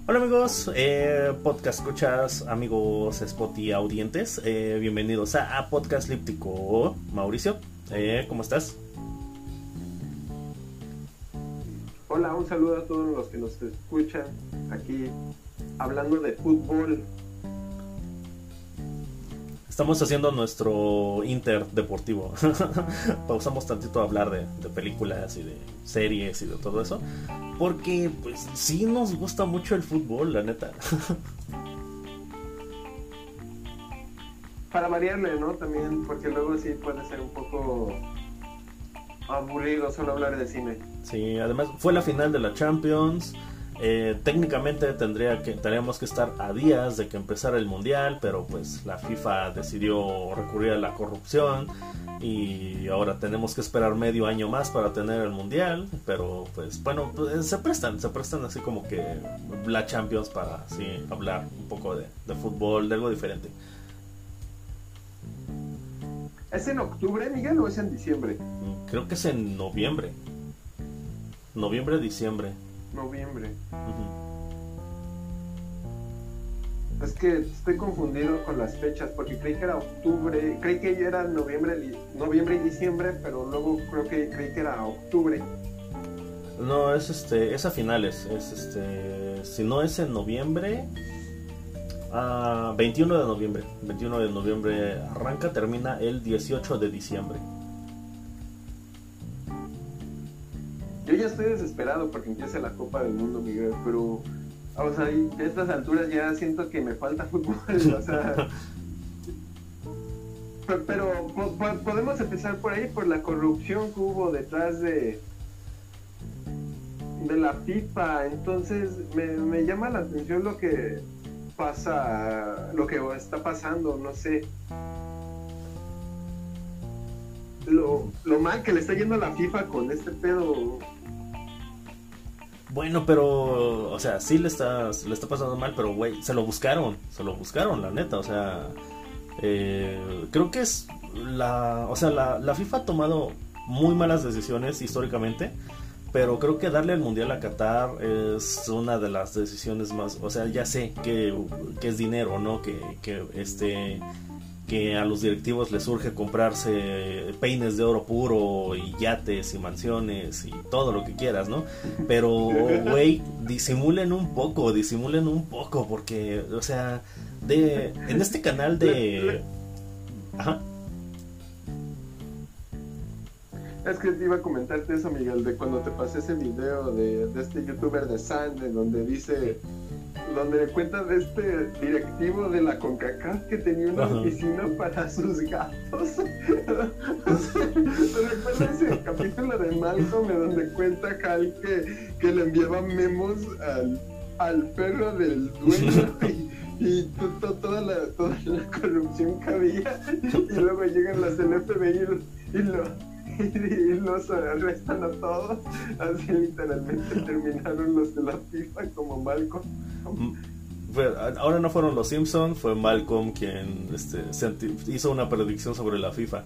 Hola amigos, podcast escuchas, amigos Spotify audientes, bienvenidos a Podcast Líptico. Mauricio, ¿cómo estás? Hola, un saludo a todos los que nos escuchan aquí hablando de fútbol. Estamos haciendo nuestro interdeportivo. Pausamos tantito a hablar de películas y de series y de todo eso, porque pues sí nos gusta mucho el fútbol, la neta. Para variarle, ¿no? También, porque luego sí puede ser un poco aburrido solo hablar de cine. Sí, además fue la final de la Champions. Técnicamente tendríamos que estar a días de que empezara el mundial, pero pues la FIFA decidió recurrir a la corrupción y ahora tenemos que esperar medio año más para tener el mundial. Pero pues bueno, pues, se prestan así como que la Champions para así hablar un poco de fútbol, de algo diferente. ¿Es en octubre, Miguel, o es en diciembre? Creo que es en noviembre, diciembre. Noviembre. Uh-huh. Es que estoy confundido con las fechas porque creí que era octubre, creí que ya era noviembre y diciembre, pero luego creí que era octubre. No, es a finales, si no es en noviembre, 21 de noviembre arranca, termina el 18 de diciembre. Yo ya estoy desesperado porque empiece la Copa del Mundo, Miguel, pero, o sea, a estas alturas ya siento que me falta fútbol, o sea, pero podemos empezar por ahí, por la corrupción que hubo detrás de la FIFA. Entonces me llama la atención lo que pasa, lo que está pasando, no sé, lo mal que le está yendo a la FIFA con este pedo. Bueno, pero, o sea, sí le está pasando mal, pero güey, se lo buscaron, la neta, o sea, creo que es la FIFA ha tomado muy malas decisiones históricamente, pero creo que darle el mundial a Qatar es una de las decisiones más, o sea, ya sé que es dinero, ¿no? Que a los directivos les surge comprarse peines de oro puro y yates y mansiones y todo lo que quieras, ¿no? Pero, güey, disimulen un poco, porque, o sea, en este canal de... Ajá. Es que te iba a comentarte eso, Miguel, de cuando te pasé ese video de este youtuber de Sand, donde cuenta de este directivo de la CONCACAF que tenía una oficina para sus gatos. ¿Recuerdas ese capítulo de Malcolm donde cuenta Hal que le enviaba memos al perro del dueño y toda la corrupción que había, y luego llegan las del FBI y los arrestan a todos? Así literalmente terminaron los de la FIFA como Malcolm. Ahora no fueron los Simpsons, fue Malcolm quien hizo una predicción sobre la FIFA.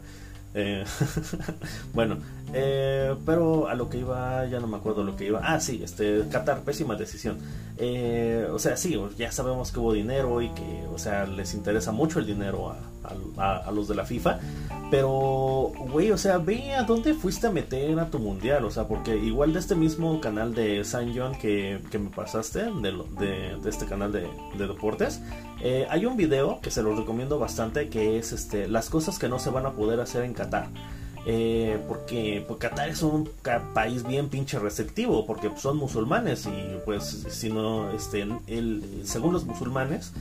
Bueno, pero a lo que iba, ya no me acuerdo lo que iba. Sí, Qatar, pésima decisión. O sea, sí, ya sabemos que hubo dinero y que, o sea, les interesa mucho el dinero a los de la FIFA. Pero, güey, o sea, ve a dónde fuiste a meter a tu mundial. O sea, porque igual de este mismo canal de San John que me pasaste, de este canal de deportes, hay un video que se los recomiendo bastante, que es las cosas que no se van a poder hacer en Qatar. Porque Qatar es un país bien pinche receptivo, porque son musulmanes y pues si no, según los musulmanes,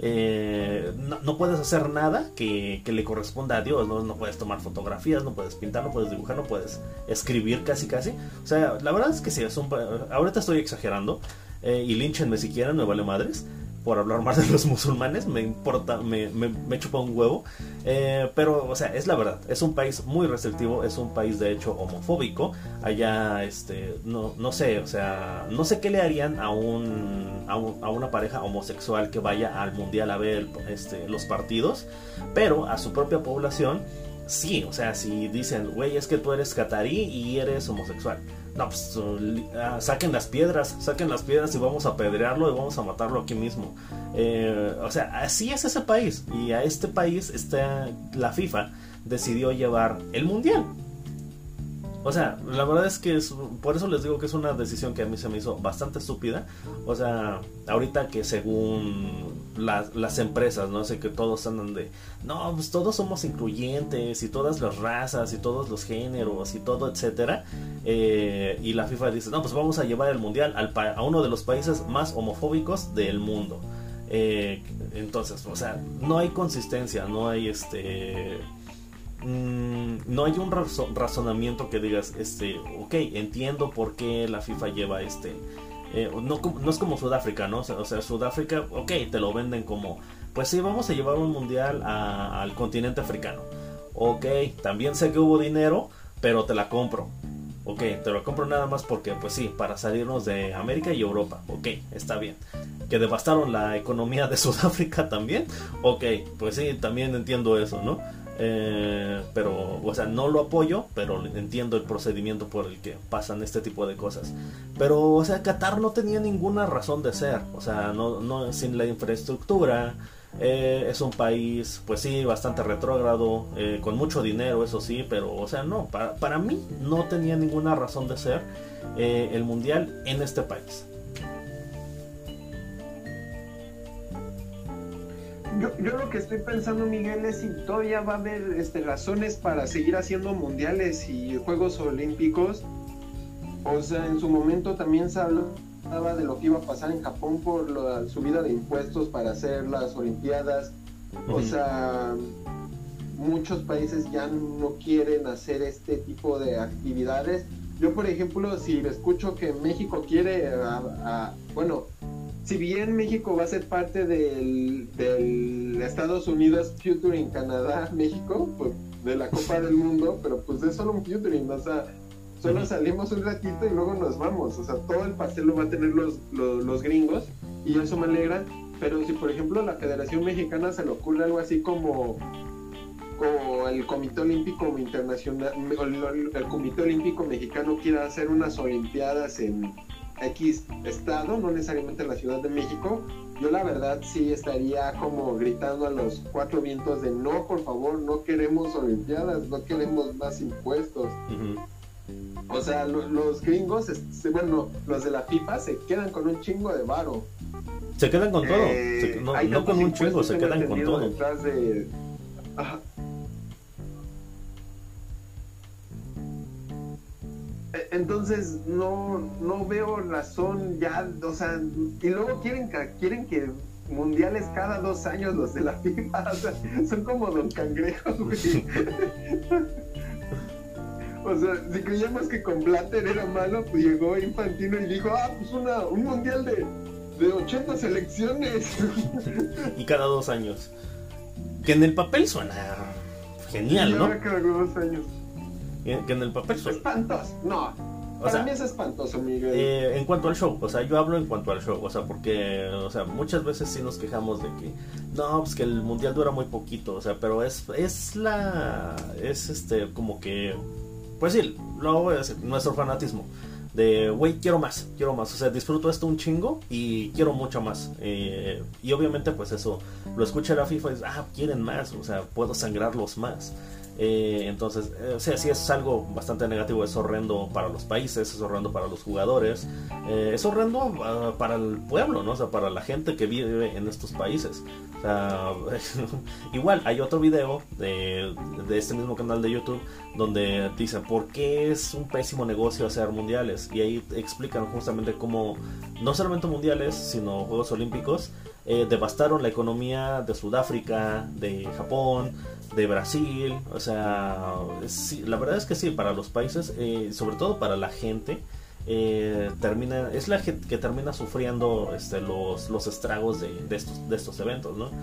no puedes hacer nada que le corresponda a Dios, ¿no? No puedes tomar fotografías, no puedes pintar, no puedes dibujar, no puedes escribir casi. O sea, la verdad es que sí, ahorita estoy exagerando, y línchenme si quieren, me vale madres por hablar más de los musulmanes, me importa, me chupa un huevo, pero, o sea, es la verdad, es un país muy restrictivo, es un país de hecho homofóbico. Allá, no sé, o sea, no sé qué le harían a una pareja homosexual que vaya al mundial a ver los partidos, pero a su propia población sí, o sea, si dicen, güey, es que tú eres catarí y eres homosexual. No, pues saquen las piedras y vamos a apedrearlo y vamos a matarlo aquí mismo. O sea, así es ese país. Y a este país la FIFA decidió llevar el mundial. O sea, la verdad es que por eso les digo que es una decisión que a mí se me hizo bastante estúpida. O sea, ahorita que según las empresas, no sé, que todos andan de, no, pues todos somos incluyentes y todas las razas y todos los géneros y todo, etcétera. Y la FIFA dice, no, pues vamos a llevar el mundial a uno de los países más homofóbicos del mundo. Entonces, o sea, no hay consistencia, no hay no hay un razonamiento que digas, ok, entiendo por qué la FIFA lleva no es como Sudáfrica, ¿no? O sea, Sudáfrica, ok, te lo venden como, pues sí, vamos a llevar un mundial al continente africano. Ok, también sé que hubo dinero, pero te la compro. Ok, te lo compro nada más porque, pues sí, para salirnos de América y Europa. Ok, está bien. Que devastaron la economía de Sudáfrica también. Ok, pues sí, también entiendo eso, ¿no? Pero, o sea, no lo apoyo, pero entiendo el procedimiento por el que pasan este tipo de cosas. Pero, o sea, Qatar no tenía ninguna razón de ser. O sea, no sin la infraestructura. Es un país, pues sí, bastante retrógrado, con mucho dinero, eso sí, pero, o sea, no, para mí no tenía ninguna razón de ser el mundial en este país. Yo lo que estoy pensando, Miguel, es si todavía va a haber razones para seguir haciendo mundiales y Juegos Olímpicos. O sea, en su momento también se hablaba de lo que iba a pasar en Japón por la subida de impuestos para hacer las Olimpiadas. O sea, muchos países ya no quieren hacer este tipo de actividades. Yo, por ejemplo, si escucho que México quiere, bueno, si bien México va a ser parte del Estados Unidos Futuring Canadá México, pues de la Copa del Mundo, pero pues es solo un Futuring, o sea, solo salimos un ratito y luego nos vamos, o sea, todo el pastel lo van a tener los gringos y eso me alegra. Pero si por ejemplo a la Federación Mexicana se le ocurre algo así como el Comité Olímpico Internacional, el Comité Olímpico Mexicano quiera hacer unas olimpiadas en X estado, no necesariamente en la Ciudad de México, yo la verdad sí estaría como gritando a los cuatro vientos de no, por favor, no queremos olimpiadas, no queremos más impuestos. O sea, los gringos, bueno, los de la FIFA se quedan con un chingo de varo. Se quedan con todo, no con un chingo, se quedan con todo. Detrás de... Ajá. Entonces no veo razón ya, o sea, y luego quieren que mundiales cada 2 años los de la FIFA, o sea, son como Don Cangrejo, güey. O sea, si creíamos que con Blatter era malo, pues llegó Infantino y dijo, pues un mundial de 80 selecciones. Y cada 2 años. Que en el papel suena genial, ¿no? Cada 2 años. Que en el papel suena... Espantoso, no. Para mí es espantoso, Miguel. En cuanto al show, o sea, yo hablo en cuanto al show, o sea, porque, o sea, muchas veces sí nos quejamos de que, no, pues que el mundial dura muy poquito, o sea, pero es como que, pues sí, lo voy a decir, nuestro fanatismo, de, güey, quiero más, o sea, disfruto esto un chingo y quiero mucho más, y obviamente, pues eso, lo escucha la FIFA y dice, quieren más, o sea, puedo sangrarlos más. Entonces, o sea, sí es algo bastante negativo, es horrendo para los países, es horrendo para los jugadores, es horrendo para el pueblo, ¿no? O sea, para la gente que vive en estos países. O sea, igual hay otro video de este mismo canal de YouTube donde dicen por qué es un pésimo negocio hacer mundiales, y ahí explican justamente cómo no solamente mundiales, sino Juegos Olímpicos devastaron la economía de Sudáfrica, de Japón, de Brasil. O sea, sí, la verdad es que sí, para los países, sobre todo para la gente, es la gente que termina sufriendo los estragos de estos eventos, ¿no?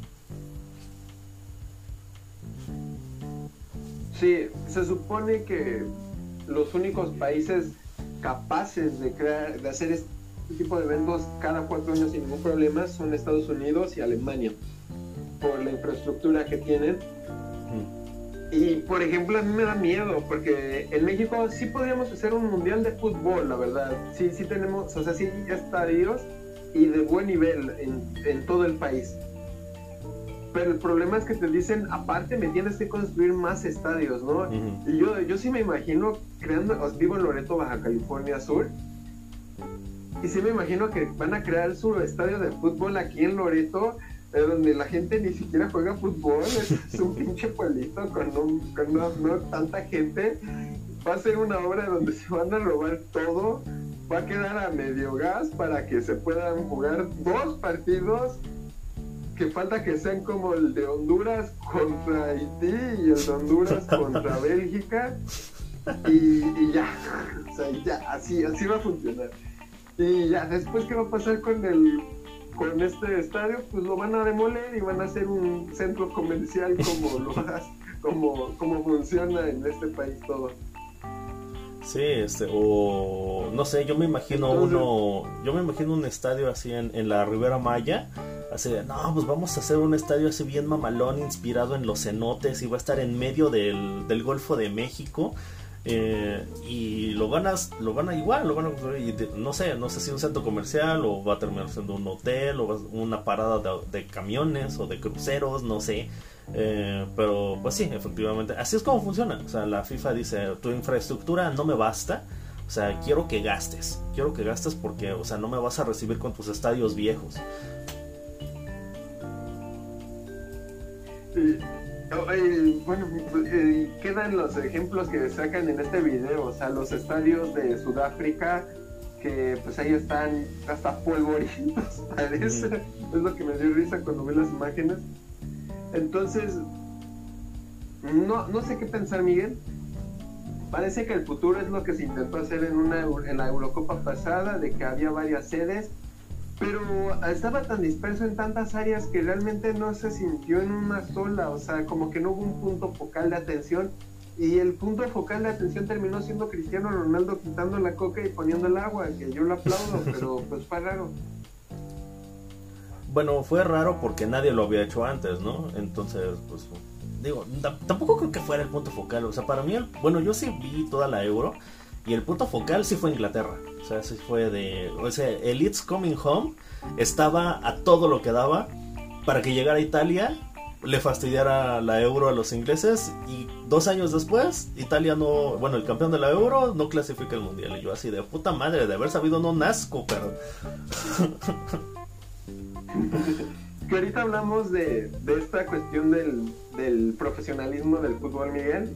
Sí, se supone que los únicos países capaces de hacer este tipo de eventos cada 4 años sin ningún problema son Estados Unidos y Alemania, por la infraestructura que tienen. Y por ejemplo, a mí me da miedo, porque en México sí podríamos hacer un mundial de fútbol, la verdad. Sí, sí tenemos, o sea, sí estadios y de buen nivel en todo el país. Pero el problema es que te dicen, aparte me tienes que construir más estadios, ¿no? Uh-huh. Y yo sí me imagino creando, vivo en Loreto, Baja California Sur, y sí me imagino que van a crear su estadio de fútbol aquí en Loreto, donde la gente ni siquiera juega fútbol, es un pinche pueblito con no tanta gente. Va a ser una obra donde se van a robar todo, va a quedar a medio gas para que se puedan jugar 2 partidos, que falta que sean como el de Honduras contra Haití y el de Honduras contra Bélgica, y ya, o sea, ya, así va a funcionar. Y ya, después, ¿qué va a pasar con este estadio? Pues lo van a demoler y van a hacer un centro comercial como funciona en este país todo. Sí, o no sé, yo me imagino un estadio así en la Ribera Maya, así de, no, pues vamos a hacer un estadio así bien mamalón, inspirado en los cenotes, y va a estar en medio del Golfo de México, y lo van a construir, no sé si un centro comercial, o va a terminar siendo un hotel, o una parada de camiones o de cruceros, no sé. Pero pues sí, efectivamente así es como funciona. O sea, la FIFA dice, tu infraestructura no me basta, o sea, quiero que gastes porque, o sea, no me vas a recibir con tus estadios viejos. Bueno, quedan los ejemplos que sacan en este video, o sea, los estadios de Sudáfrica, que pues ahí están hasta polvorientos, parece. Es lo que me dio risa cuando vi las imágenes. Entonces, no sé qué pensar, Miguel. Parece que el futuro es lo que se intentó hacer en la Eurocopa pasada, de que había varias sedes, pero estaba tan disperso en tantas áreas que realmente no se sintió en una sola, o sea, como que no hubo un punto focal de atención, y el punto focal de atención terminó siendo Cristiano Ronaldo quitando la coca y poniendo el agua, que yo lo aplaudo, pero pues fue raro. Bueno, fue raro porque nadie lo había hecho antes, ¿no? Entonces, pues, digo, tampoco creo que fuera el punto focal. O sea, para mí, yo sí vi toda la Euro, y el punto focal sí fue Inglaterra. O sea, sí fue el It's Coming Home estaba a todo lo que daba para que llegara Italia, le fastidiara la Euro a los ingleses, y 2 años después, Italia el campeón de la Euro no clasifica el Mundial. Y yo así de puta madre, de haber sabido no nazco, pero... Que ahorita hablamos de esta cuestión del profesionalismo del fútbol, Miguel,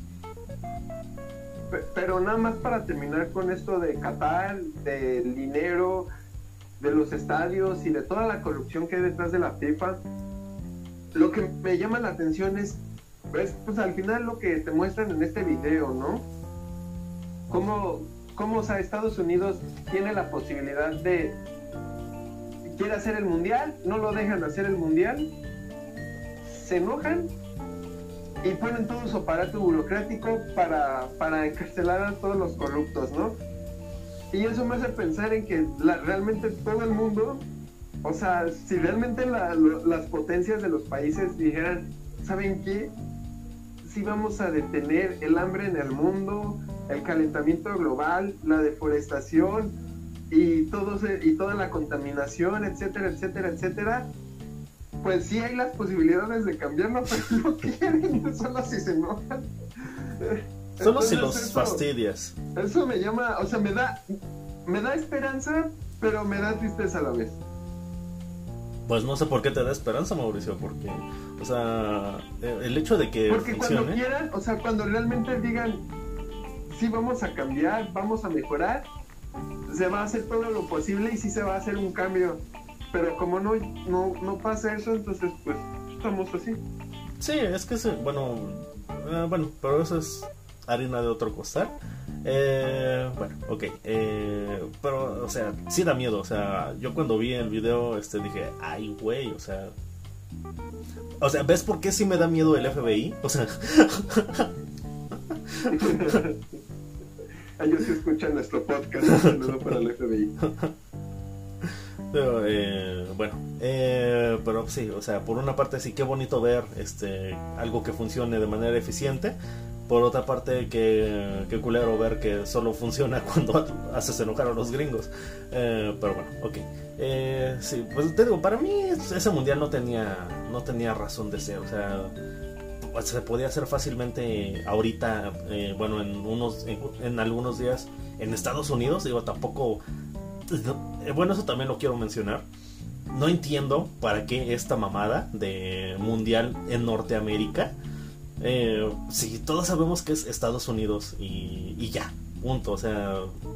pero nada más para terminar con esto de Qatar, del dinero, de los estadios y de toda la corrupción que hay detrás de la FIFA. Lo que me llama la atención es pues al final lo que te muestran en este video, ¿no? Cómo o sea, Estados Unidos tiene la posibilidad de... quiere hacer el mundial, no lo dejan hacer el mundial, se enojan y ponen todo su aparato burocrático para encarcelar a todos los corruptos, ¿no? Y eso me hace pensar en que realmente todo el mundo, o sea, si realmente las potencias de los países dijeran, ¿saben qué? Sí vamos a detener el hambre en el mundo, el calentamiento global, la deforestación, y toda la contaminación, etcétera, etcétera, etcétera, pues sí hay las posibilidades de cambiarlo, pero no quieren, solo si se enojan. Solo si los fastidias. Eso me llama, o sea, me da esperanza, pero me da tristeza a la vez. Pues no sé por qué te da esperanza, Mauricio, porque, o sea, el hecho de que porque funcione... cuando quieran, o sea, cuando realmente digan, sí vamos a cambiar, vamos a mejorar, se va a hacer todo lo posible y sí se va a hacer un cambio, pero como no pasa eso, entonces pues estamos así. Sí, es que bueno, pero eso es harina de otro costal. Bueno, ok, pero, o sea, sí da miedo. O sea, yo cuando vi el video dije, ay güey, o sea, ¿ves por qué sí me da miedo el FBI? O sea... Ellos sí escuchan nuestro podcast. Un saludo para el FBI. Pero, bueno, pero sí, o sea, por una parte sí, qué bonito ver algo que funcione de manera eficiente. Por otra parte, qué culero ver que solo funciona cuando haces enojar a los gringos. Pero bueno, ok. Sí, pues te digo, para mí ese mundial no tenía razón de ser. O sea, se podía hacer fácilmente ahorita, bueno, en algunos días en Estados Unidos. Digo, tampoco... Bueno, eso también lo quiero mencionar. No entiendo para qué esta mamada de mundial en Norteamérica. Si todos sabemos que es Estados Unidos y ya, punto. O sea,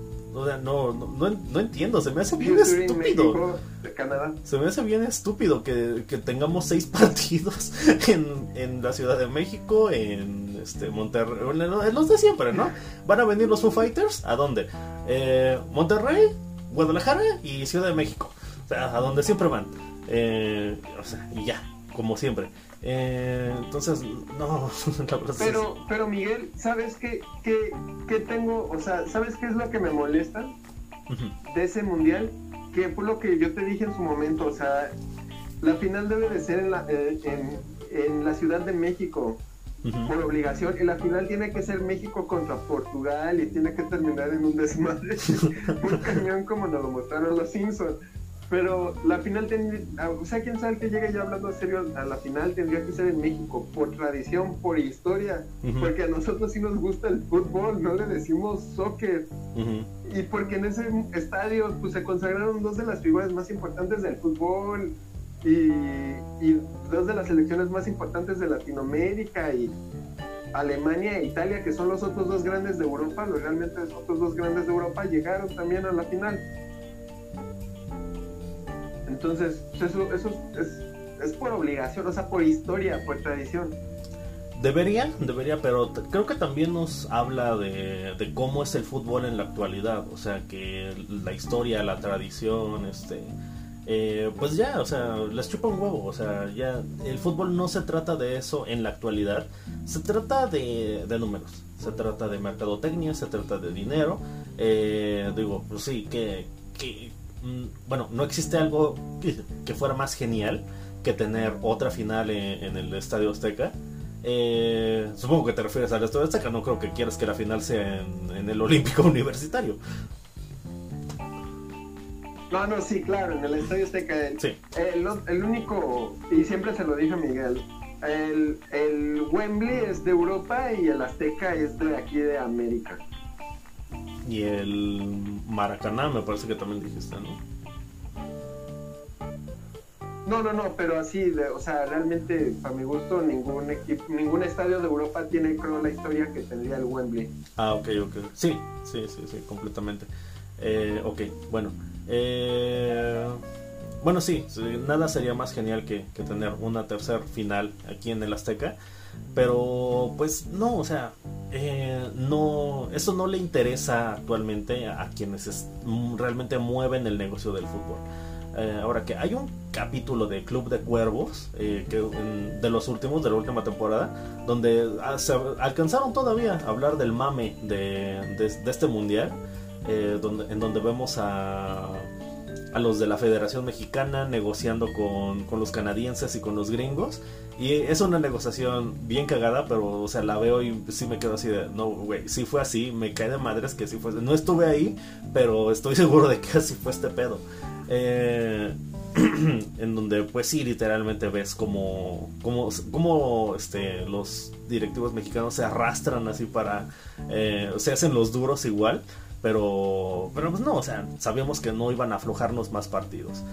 no entiendo. Se me hace bien estúpido. México, de Canadá. Se me hace bien estúpido que tengamos 6 partidos en la Ciudad de México, en Monterrey, en los de siempre, ¿no? Van a venir los Foo Fighters, ¿a dónde? Monterrey, Guadalajara y Ciudad de México. O sea, a donde siempre van. O sea, y ya, como siempre. Entonces, no, la verdad pero Miguel, ¿sabes qué tengo? O sea, ¿sabes qué es lo que me molesta de ese mundial? Que fue lo que yo te dije en su momento. O sea, la final debe de ser en la Ciudad de México. Por obligación, y la final tiene que ser México contra Portugal y tiene que terminar en un desmadre un cañón como nos lo mostraron los Simpsons. Pero la final o sea, quién sabe que llegue ya hablando en serio, a la final tendría que ser en México, por tradición, por historia, porque a nosotros sí nos gusta el fútbol, no le decimos soccer, y porque en ese estadio pues se consagraron 2 de las figuras más importantes del fútbol, y 2 de las selecciones más importantes de Latinoamérica, y Alemania e Italia, que son los otros 2 grandes de Europa, los realmente otros 2 grandes de Europa, llegaron también a la final. Entonces, eso es por obligación, o sea, por historia, por tradición. Debería, pero creo que también nos habla de cómo es el fútbol en la actualidad. O sea, que la historia, la tradición, pues ya, o sea, les chupa un huevo. O sea, ya el fútbol no se trata de eso en la actualidad. Se trata de números, se trata de mercadotecnia, se trata de dinero. Digo, pues sí, bueno, no existe algo que fuera más genial que tener otra final en el Estadio Azteca. Supongo que te refieres al Estadio Azteca. No creo que quieras que la final sea en el Olímpico Universitario. No, sí, claro, en el Estadio Azteca. Sí. El único, y siempre se lo dije a Miguel, el Wembley es de Europa y el Azteca es de aquí de América. Y el Maracaná me parece que también dijiste, ¿no? No, pero así, o sea, realmente, para mi gusto, ningún estadio de Europa tiene, creo, la historia que tendría el Wembley. Ah, ok. Sí, completamente. Ok, bueno. Bueno, sí, nada sería más genial que tener una tercer final aquí en el Azteca. Pero pues no, o sea, no, eso no le interesa actualmente a quienes realmente mueven el negocio del fútbol. Ahora que hay un capítulo de Club de Cuervos de los últimos, de la última temporada, donde se alcanzaron todavía a hablar del mame de este mundial, en donde vemos a los de la Federación Mexicana negociando con los canadienses y con los gringos, y es una negociación bien cagada, pero o sea, la veo y sí me quedo así de, no güey, sí fue así, me cae de madres que sí fue, no estuve ahí, pero estoy seguro de que así fue este pedo. En donde pues sí, literalmente ves como los directivos mexicanos se arrastran así para se hacen los duros igual, pero pues no, o sea, sabíamos que no iban a aflojarnos más partidos,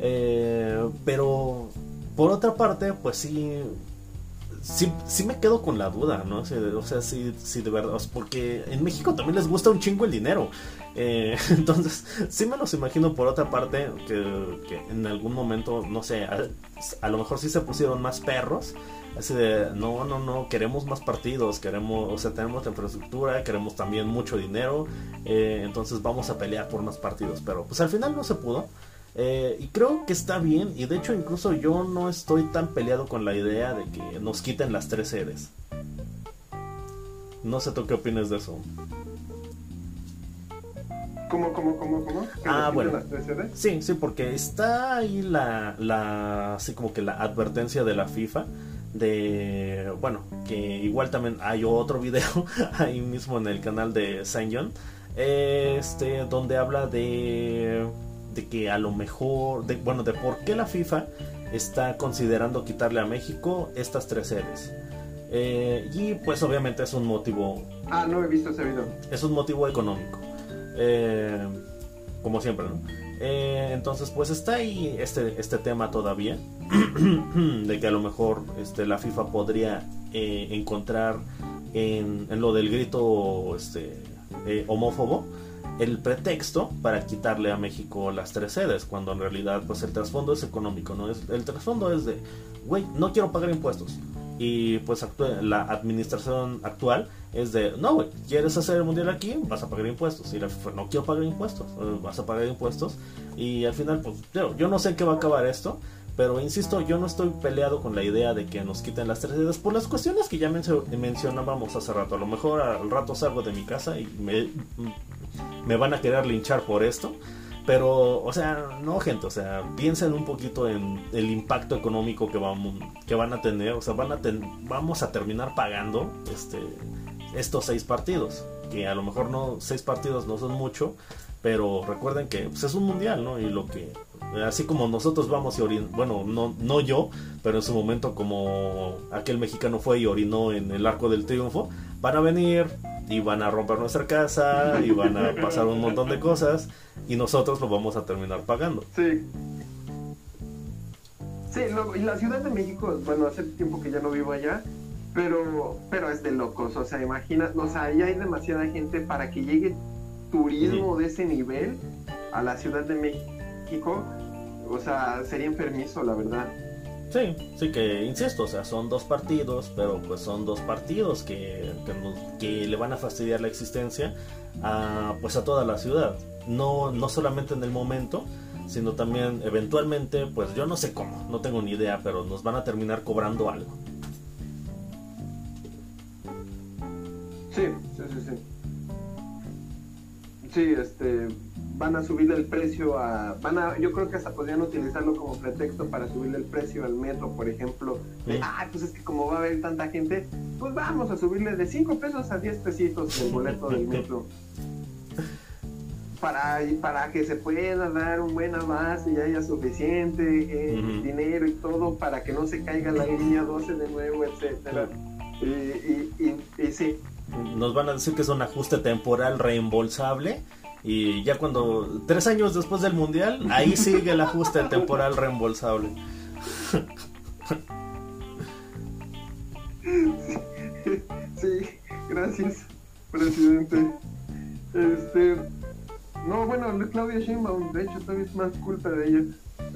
pero por otra parte pues sí me quedo con la duda, ¿no? O sea, sí de verdad, porque en México también les gusta un chingo el dinero. Entonces, sí me los imagino por otra parte que en algún momento, no sé, a lo mejor sí se pusieron más perros. Así de, no, queremos más partidos, queremos, o sea, tenemos la infraestructura, queremos también mucho dinero, entonces vamos a pelear por más partidos. Pero pues al final no se pudo. Y creo que está bien, y de hecho incluso yo no estoy tan peleado con la idea de que nos quiten las 3 sedes. No sé tú qué opinas de eso. ¿Cómo? Bueno. Las 3 sedes? Sí, sí, porque está ahí así como que la advertencia de la FIFA de, bueno, que igual también hay otro video ahí mismo en el canal de Saint John, donde habla de que a lo mejor, de por qué la FIFA está considerando quitarle a México estas 3 sedes. Y pues obviamente es un motivo... no he visto ese video. Es un motivo económico. Como siempre, ¿no? Entonces pues está ahí este tema todavía de que a lo mejor la FIFA podría encontrar en lo del grito homófobo el pretexto para quitarle a México las 3 sedes, cuando en realidad pues el trasfondo es económico, ¿no? El trasfondo es de, güey, no quiero pagar impuestos. Y pues la administración actual es de, no, güey, ¿quieres hacer el mundial aquí? Vas a pagar impuestos. Y la FIFA, no quiero pagar impuestos, vas a pagar impuestos. Y al final, pues yo no sé en qué va a acabar esto, pero insisto, yo no estoy peleado con la idea de que nos quiten las 3 sedes por las cuestiones que ya mencionábamos hace rato. A lo mejor al rato salgo de mi casa y me van a querer linchar por esto. Pero, o sea, no, gente, o sea, piensen un poquito en el impacto económico que van a tener. O sea, vamos a terminar pagando estos 6 partidos, que a lo mejor 6 partidos no son mucho, pero recuerden que pues, es un mundial, ¿no? Y lo que, así como nosotros vamos y bueno, no yo, pero en su momento como aquel mexicano fue y orinó en el Arco del Triunfo, van a venir y van a romper nuestra casa y van a pasar un montón de cosas y nosotros lo vamos a terminar pagando. Sí. Sí, y la Ciudad de México, bueno, hace tiempo que ya no vivo allá, pero es de locos, o sea, imagina, o sea, ahí hay demasiada gente para que llegue turismo de ese nivel a la Ciudad de México, o sea, sería enfermizo, la verdad. Sí, que insisto, o sea, son 2 partidos, pero pues son 2 partidos que le van a fastidiar la existencia a toda la ciudad. No solamente en el momento, sino también eventualmente, pues yo no sé cómo, no tengo ni idea, pero nos van a terminar cobrando algo. Sí. Sí, van a subirle el precio yo creo que hasta podrían utilizarlo como pretexto para subirle el precio al metro, por ejemplo. Pues es que como va a haber tanta gente, pues vamos a subirle de 5 pesos a 10 pesitos el boleto del metro. Para que se pueda dar un buen avance y haya suficiente dinero y todo para que no se caiga la línea 12 de nuevo, etcétera. Y sí. Nos van a decir que es un ajuste temporal reembolsable y ya cuando 3 años después del mundial, ahí sigue el ajuste temporal reembolsable. Sí, gracias, presidente. No, bueno, Claudia Sheinbaum, de hecho, todavía es más culpa de ella.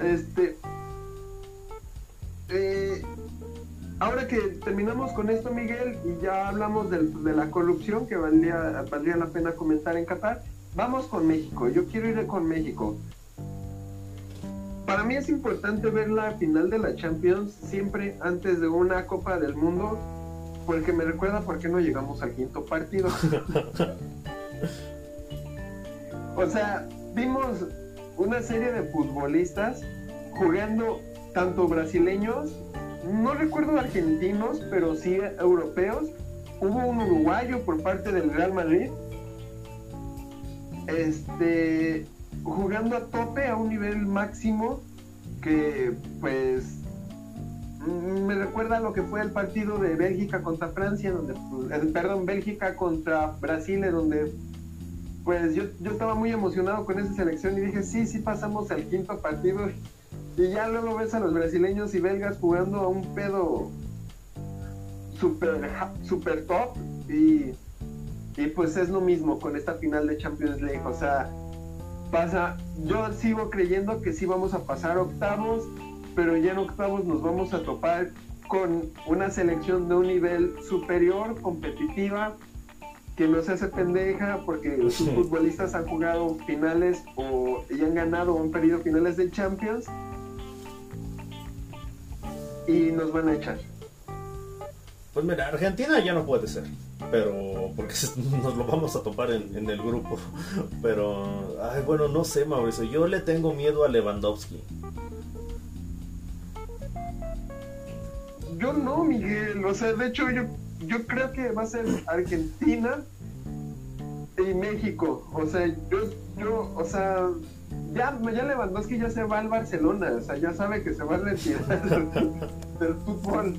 Ahora que terminamos con esto, Miguel, y ya hablamos de la corrupción que valdría la pena comentar en Qatar, vamos con México. Yo quiero ir con México. Para mí es importante ver la final de la Champions siempre antes de una Copa del Mundo, porque me recuerda por qué no llegamos al 5º partido. O sea, vimos una serie de futbolistas jugando, tanto brasileños, no recuerdo argentinos, pero sí europeos. Hubo un uruguayo por parte del Real Madrid, jugando a tope a un nivel máximo que pues me recuerda a lo que fue el partido de Bélgica contra Francia, Bélgica contra Brasil, donde pues yo estaba muy emocionado con esa selección y dije sí pasamos al 5º partido. Y ya luego ves a los brasileños y belgas jugando a un pedo super top y pues es lo mismo con esta final de Champions League. O sea, yo sigo creyendo que sí vamos a pasar octavos, pero ya en octavos nos vamos a topar con una selección de un nivel superior, competitiva, que no se hace pendeja porque sus futbolistas han jugado finales y han ganado o han perdido finales de Champions. Y nos van a echar. Pues mira, Argentina ya no puede ser. pero porque nos lo vamos a topar en el grupo. Pero, ay, bueno, no sé, Mauricio, yo le tengo miedo a Lewandowski. Yo no, Miguel, o sea, de hecho yo creo que va a ser Argentina y México, o sea, o sea, ya Lewandowski ya se va al Barcelona, o sea, ya sabe que se va a retirar del fútbol.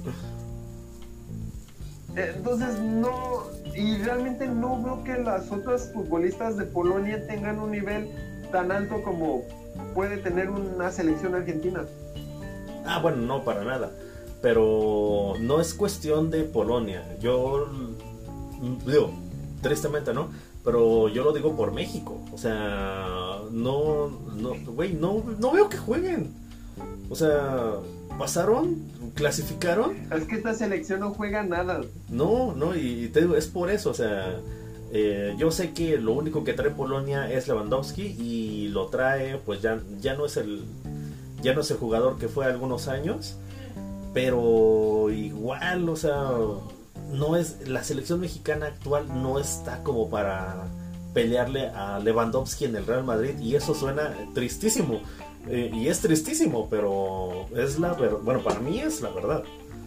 Entonces no, y realmente no veo que las otras futbolistas de Polonia tengan un nivel tan alto como puede tener una selección argentina. Ah, bueno, no, para nada. Pero no es cuestión de Polonia. Yo digo, tristemente, ¿no? Pero yo lo digo por México. O sea, no veo que jueguen. O sea, pasaron, clasificaron. Es que esta selección no juega nada. No, y te digo, es por eso. O sea, yo sé que lo único que trae Polonia es Lewandowski y lo trae, pues ya no es el jugador que fue algunos años. Pero igual, o sea, no es, la selección mexicana actual no está como para pelearle a Lewandowski en el Real Madrid, y eso suena tristísimo, y es tristísimo, pero es la verdad. Bueno, para mí es la verdad.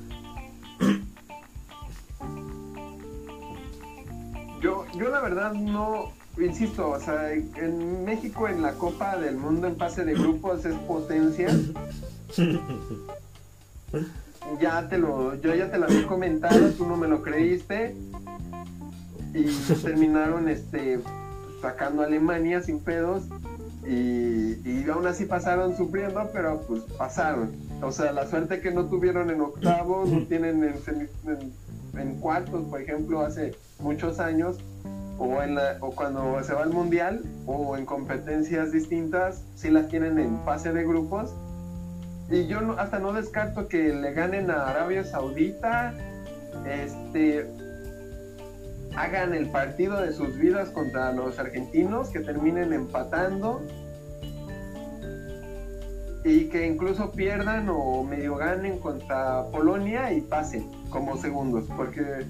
Yo la verdad no, insisto, o sea, en México en la Copa del Mundo en fase de grupos es potencia. Yo ya te lo había comentado, tú no me lo creíste, y terminaron sacando a Alemania sin pedos, y aún así pasaron sufriendo, pero pues pasaron. O sea, la suerte que no tuvieron en octavos, no tienen en cuartos, por ejemplo, hace muchos años, o cuando se va al mundial, o en competencias distintas, sí las tienen en fase de grupos. Y yo hasta no descarto que le ganen a Arabia Saudita, hagan el partido de sus vidas contra los argentinos, que terminen empatando, y que incluso pierdan o medio ganen contra Polonia y pasen como segundos, porque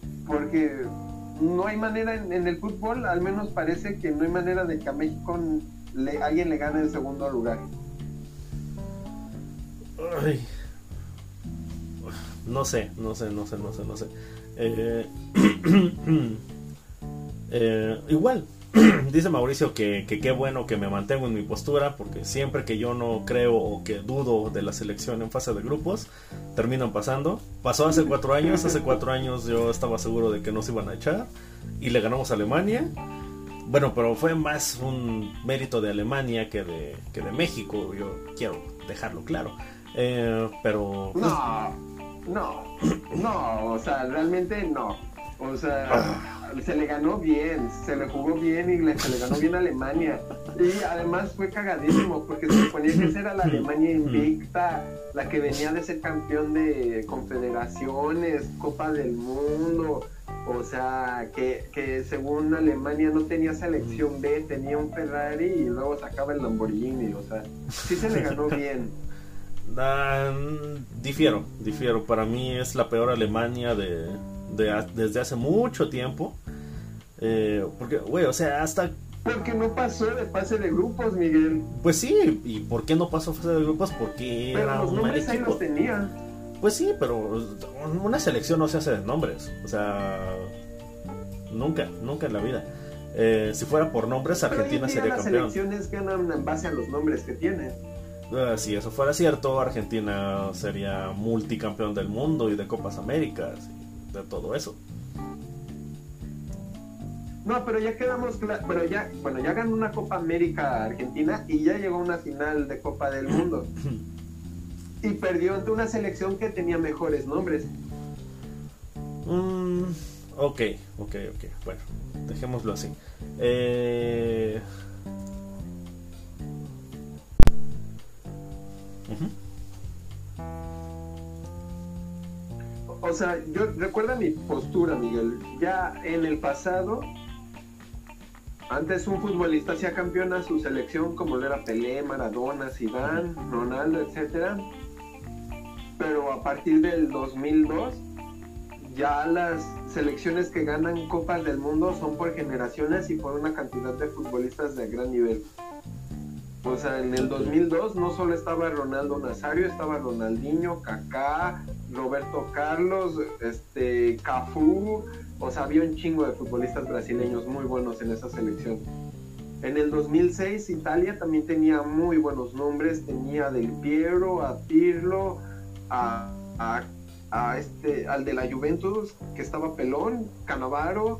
no hay manera en el fútbol, al menos parece que no hay manera de que a México alguien le gane el segundo lugar. Ay, no sé. Igual dice Mauricio que qué bueno que me mantengo en mi postura, porque siempre que yo no creo o que dudo de la selección en fase de grupos, terminan pasando. Pasó hace 4 años. Hace 4 años yo estaba seguro de que nos iban a echar y le ganamos a Alemania. Bueno, pero fue más un mérito de Alemania que de México. Yo quiero dejarlo claro. Pero pues... no, o sea, realmente no. O sea, se le ganó bien, se le jugó bien y se le ganó bien a Alemania. Y además fue cagadísimo, porque se suponía que esa era la Alemania invicta, la que venía de ser campeón de confederaciones, Copa del Mundo. O sea, que según Alemania no tenía selección B, tenía un Ferrari y luego sacaba el Lamborghini. O sea, sí se le ganó bien. Difiero. Para mí es la peor Alemania desde hace mucho tiempo. Porque, güey, o sea, hasta... Porque no pasó de fase de grupos, Miguel. Pues sí, ¿y por qué no pasó fase de grupos? Porque pero era los un mal nombres ahí equipo. los tenía. Pues sí, pero una selección no se hace de nombres. O sea, nunca en la vida. Si fuera por nombres, Argentina sería campeón. Las selecciones ganan en base a los nombres que tienen. Si eso fuera cierto, Argentina sería multicampeón del mundo y de Copas Américas y de todo eso. No, pero ya quedamos pero ya ganó una Copa América Argentina y ya llegó a una final de Copa del Mundo. Y perdió ante una selección que tenía mejores nombres. Ok. Bueno, dejémoslo así. O sea, yo recuerda mi postura, Miguel. Ya en el pasado, antes un futbolista hacía campeón a su selección, como lo era Pelé, Maradona, Zidane, Ronaldo, etcétera. Pero a partir del 2002 ya las selecciones que ganan Copas del Mundo son por generaciones y por una cantidad de futbolistas de gran nivel. O sea, en el 2002 no solo estaba Ronaldo Nazario, estaba Ronaldinho, Kaká, Roberto Carlos, Cafú. O sea, había un chingo de futbolistas brasileños muy buenos en esa selección. En el 2006 Italia también tenía muy buenos nombres, tenía a Del Piero, a Pirlo, al de la Juventus que estaba pelón, Cannavaro,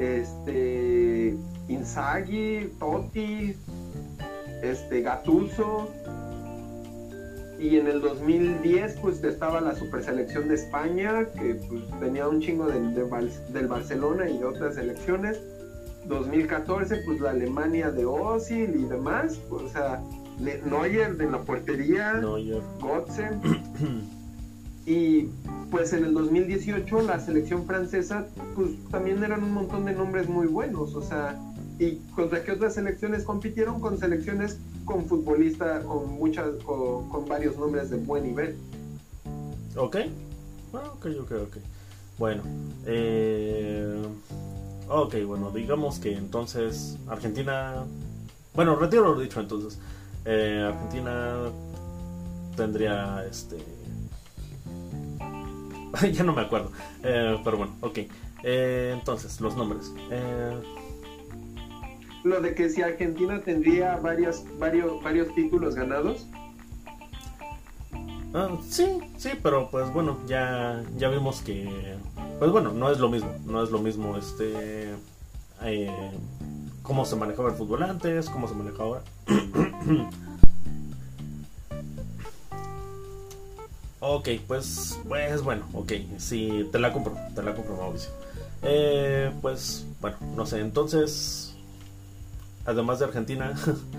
Inzaghi, Totti, Gattuso. Y en el 2010 pues estaba la superselección de España, que pues tenía un chingo del Barcelona y de otras selecciones. 2014 pues la Alemania de Özil y demás, o sea, Neuer de la portería, Götze. Y pues en el 2018 la selección francesa pues también eran un montón de nombres muy buenos, o sea, ¿y contra qué otras selecciones compitieron? Con selecciones con futbolistas con varios nombres de buen nivel. Ok. Bueno, bueno, digamos que entonces Argentina, bueno, retiro lo dicho, entonces Argentina tendría ya no me acuerdo, pero bueno, ok. Entonces, los nombres. Lo de que si Argentina tendría varios títulos ganados. Sí, pero pues bueno, ya vimos que, pues bueno, no es lo mismo cómo se manejaba el fútbol antes, cómo se maneja ahora. Ok, pues bueno, ok, sí, te la compro, Mauricio. Pues bueno, no sé, entonces, además de Argentina.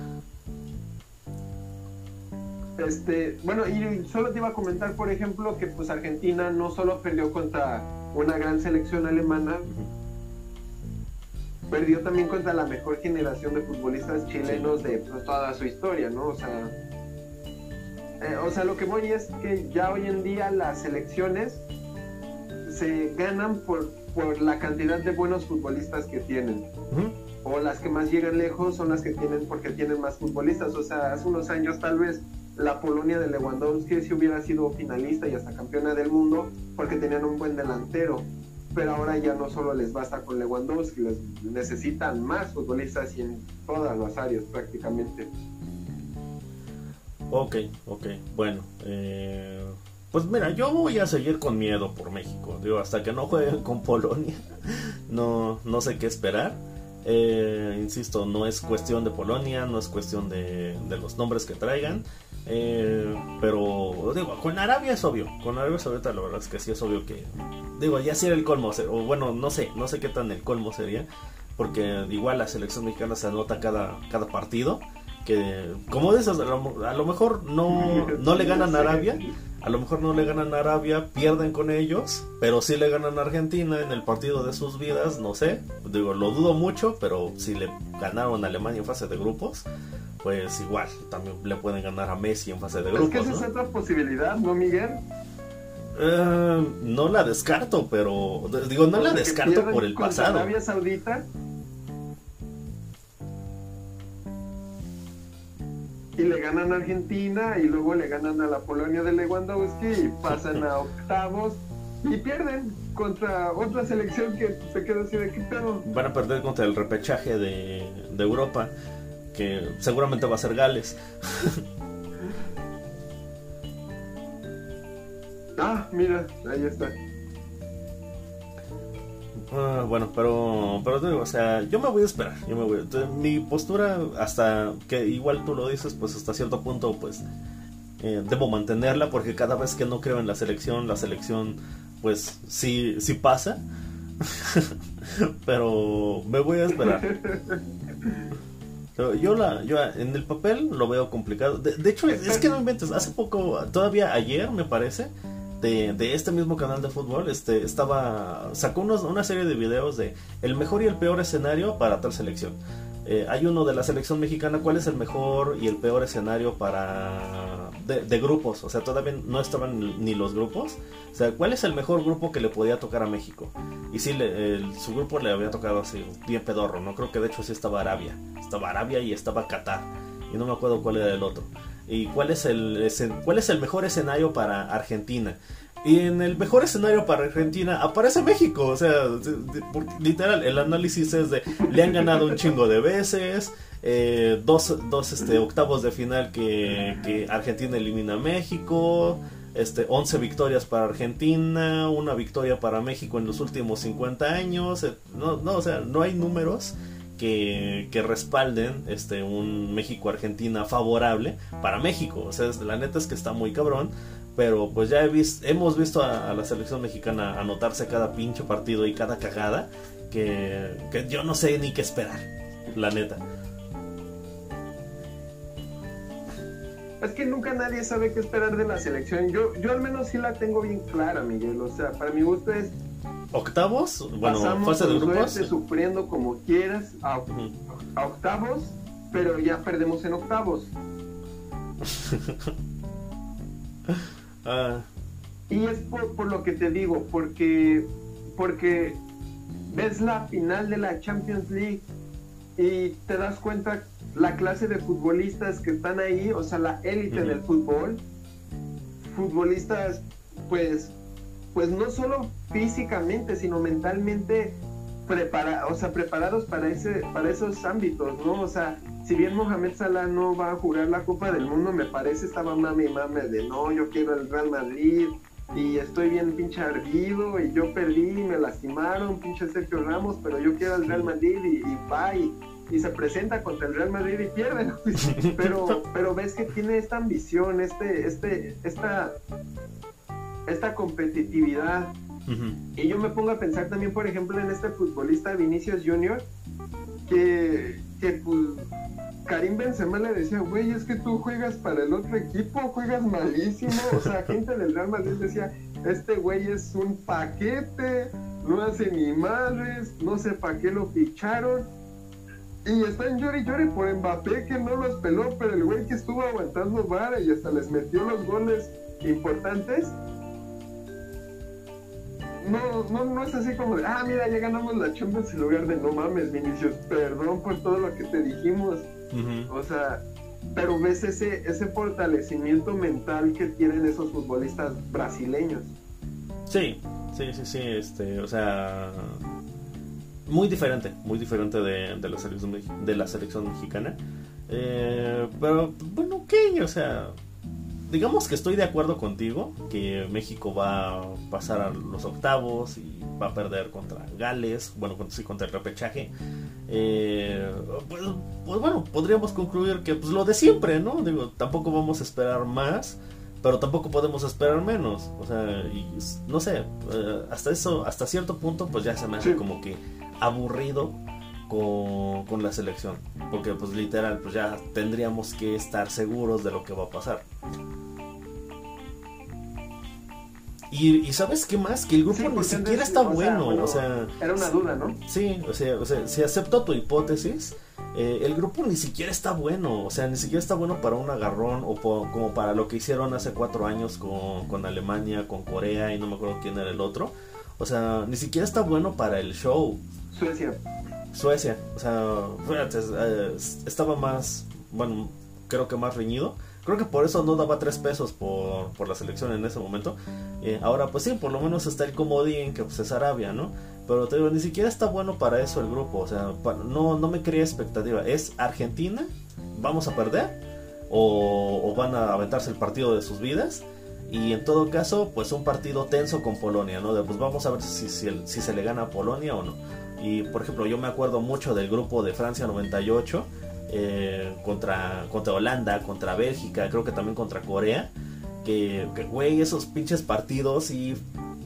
Bueno, y solo te iba a comentar, por ejemplo, que pues Argentina no solo perdió contra una gran selección alemana, perdió también contra la mejor generación de futbolistas chilenos de pues, toda su historia, ¿no? O sea, lo que voy es que ya hoy en día las selecciones se ganan por la cantidad de buenos futbolistas que tienen. O las que más llegan lejos son las que tienen porque tienen más futbolistas. O sea, hace unos años tal vez la Polonia de Lewandowski sí hubiera sido finalista y hasta campeona del mundo porque tenían un buen delantero. Pero ahora ya no solo les basta con Lewandowski, les necesitan más futbolistas y en todas las áreas prácticamente. Ok, bueno, pues mira, yo voy a seguir con miedo por México, digo, hasta que no jueguen con Polonia, no sé qué esperar. Insisto, no es cuestión de Polonia, no es cuestión de los nombres que traigan, pero digo, con Arabia es obvio, la verdad es que sí es obvio que, digo, ya sí era el colmo, o bueno, no sé qué tan el colmo sería, porque igual la selección mexicana se anota cada partido, que como dices, a lo mejor no le ganan a Arabia, pierden con ellos, pero sí le ganan a Argentina en el partido de sus vidas, no sé, digo, lo dudo mucho, pero si le ganaron a Alemania en fase de grupos, pues igual, también le pueden ganar a Messi en fase de grupos. Es que esa es otra posibilidad, ¿no, Miguel? No la descarto, pero digo, no la descarto por el pasado. Arabia Saudita y le ganan a Argentina y luego le ganan a la Polonia de Lewandowski y pasan a octavos y pierden contra otra selección que se queda así de qué pedo. Van a perder contra el repechaje de Europa, que seguramente va a ser Gales. Mira, ahí está. Bueno, pero digo, o sea, yo me voy a esperar. Mi postura, hasta que igual tú lo dices, pues hasta cierto punto, pues debo mantenerla, porque cada vez que no creo en la selección, pues sí pasa. Pero me voy a esperar. Yo en el papel lo veo complicado. De hecho, es que no inventes. Hace poco, todavía ayer me parece, de este mismo canal de fútbol, sacó una serie de videos de el mejor y el peor escenario para tal selección. Hay uno de la selección mexicana, cuál es el mejor y el peor escenario para de grupos, o sea, todavía no estaban ni los grupos. O sea, ¿cuál es el mejor grupo que le podía tocar a México? Y sí, su grupo le había tocado así, bien pedorro, ¿no? Creo que de hecho sí estaba Arabia y estaba Qatar, y no me acuerdo cuál era el otro. ¿Y cuál es el mejor escenario para Argentina? Y en el mejor escenario para Argentina aparece México. O sea, literal, el análisis es de le han ganado un chingo de veces, dos octavos de final que Argentina elimina a México, 11 victorias para Argentina, una victoria para México en los últimos 50 años. O sea, no hay números que respalden un México-Argentina favorable para México. O sea, la neta es que está muy cabrón. Pero pues ya hemos visto a la selección mexicana anotarse cada pinche partido y cada cagada que yo no sé ni qué esperar, la neta. Es que nunca nadie sabe qué esperar de la selección. Yo al menos sí la tengo bien clara, Miguel. O sea, para mi gusto es octavos, bueno, pasamos fase de grupos, sufriendo como quieras a octavos, pero ya perdemos en octavos. Y es por lo que te digo, porque ves la final de la Champions League y te das cuenta la clase de futbolistas que están ahí, o sea, la élite del fútbol, futbolistas pues no solo físicamente, sino mentalmente preparados para esos ámbitos, ¿no? O sea, si bien Mohamed Salah no va a jugar la Copa del Mundo, me parece estaba mame de no, yo quiero el Real Madrid y estoy bien pinche ardido y yo perdí y me lastimaron, pinche Sergio Ramos, pero yo quiero el Real Madrid y va y se presenta contra el Real Madrid y pierde, ¿no? pero ves que tiene esta ambición, esta competitividad. Y yo me pongo a pensar también, por ejemplo, en este futbolista Vinicius Junior, que pues Karim Benzema le decía, güey, es que tú juegas para el otro equipo, juegas malísimo. O sea, gente del Real Madrid decía, este güey es un paquete, no hace ni madres, no sé para qué lo ficharon. Y están llori por Mbappé, que no los peló, pero el güey que estuvo aguantando vara y hasta les metió los goles importantes. No es así como de, mira, ya ganamos la Champions, en lugar de, no mames, Vinicius, perdón por todo lo que te dijimos. O sea, pero ves ese fortalecimiento mental que tienen esos futbolistas brasileños. Sí, o sea, muy diferente de la selección mexicana. Pero bueno, ok, o sea, digamos que estoy de acuerdo contigo que México va a pasar a los octavos y va a perder contra Gales, bueno, contra el repechaje. Pues bueno, podríamos concluir que pues lo de siempre, ¿no? Digo, tampoco vamos a esperar más, pero tampoco podemos esperar menos. O sea, y, no sé, hasta cierto punto pues ya se me hace como que aburrido con la selección, porque pues literal pues ya tendríamos que estar seguros de lo que va a pasar. Y ¿sabes qué más? Que el grupo ni siquiera está bueno, o sea, era una duda, ¿no? Sí, o sea, si acepto tu hipótesis, el grupo ni siquiera está bueno, o sea, ni siquiera está bueno para un agarrón o como para lo que hicieron hace 4 años con Alemania, con Corea y no me acuerdo quién era el otro. O sea, ni siquiera está bueno para el show. Suecia, o sea, fíjate, estaba más, bueno, creo que más reñido. Creo que por eso no daba 3 pesos por la selección en ese momento. Ahora pues sí, por lo menos está el comodín, que pues es Arabia, ¿no? Pero te digo, ni siquiera está bueno para eso el grupo. O sea, no me crea expectativa. ¿Es Argentina? ¿Vamos a perder? ¿O van a aventarse el partido de sus vidas? Y en todo caso, pues un partido tenso con Polonia, ¿no? Pues vamos a ver si se le gana a Polonia o no. Y por ejemplo, yo me acuerdo mucho del grupo de Francia 98, contra Holanda, contra Bélgica, creo que también contra Corea, que güey, esos pinches partidos y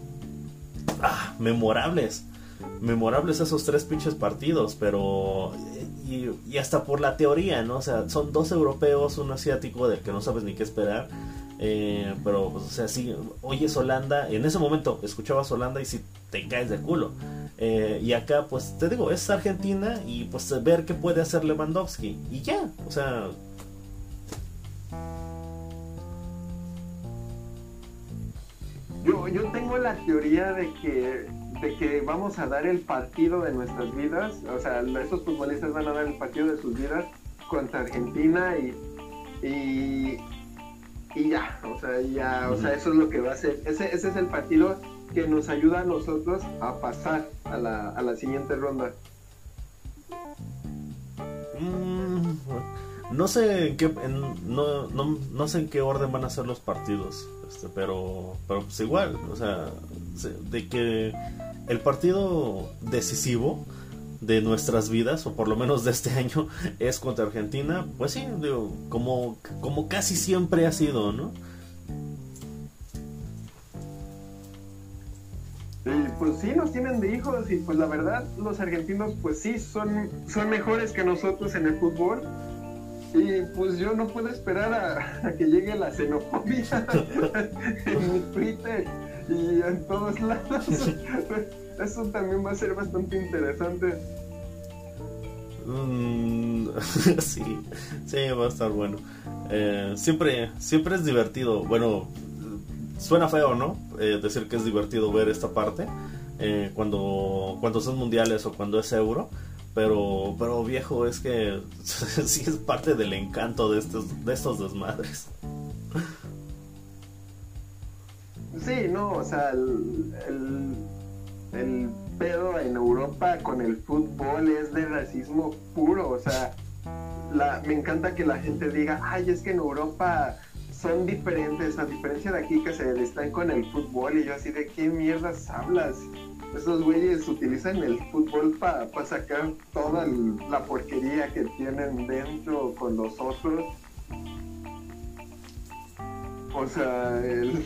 memorables esos 3 pinches partidos, pero y hasta por la teoría, ¿no? O sea, son 2 europeos, un asiático del que no sabes ni qué esperar, pero pues, o sea, sí, oyes Holanda, en ese momento escuchabas Holanda y sí te caes de culo. Y acá pues te digo, es Argentina y pues ver qué puede hacer Lewandowski y ya, o sea, yo tengo la teoría de que vamos a dar el partido de nuestras vidas, o sea, estos futbolistas van a dar el partido de sus vidas contra Argentina y ya, o sea, eso es lo que va a ser. Ese es el partido que nos ayuda a nosotros a pasar a la siguiente ronda. No sé en qué no sé en qué orden van a ser los partidos, pero pues igual, o sea, de que el partido decisivo de nuestras vidas, o por lo menos de este año, es contra Argentina, pues sí, digo, como casi siempre ha sido, ¿no? Y pues sí, nos tienen de hijos, y pues la verdad, los argentinos pues sí, son mejores que nosotros en el fútbol. Y pues yo no puedo esperar a que llegue la xenofobia en mi Twitter y en todos lados. Eso también va a ser bastante interesante. Sí, va a estar bueno. Siempre es divertido. Bueno, suena feo, ¿no? Decir que es divertido ver esta parte cuando son mundiales o cuando es Euro. Pero viejo, es que sí es parte del encanto de estos desmadres. Sí, no, o sea, el pedo en Europa con el fútbol es de racismo puro, o sea, me encanta que la gente diga, ay, es que en Europa son diferentes, a diferencia de aquí que se distraen con el fútbol, y yo así de, ¿qué mierdas hablas? Esos güeyes utilizan el fútbol para sacar toda la porquería que tienen dentro con los otros. O sea,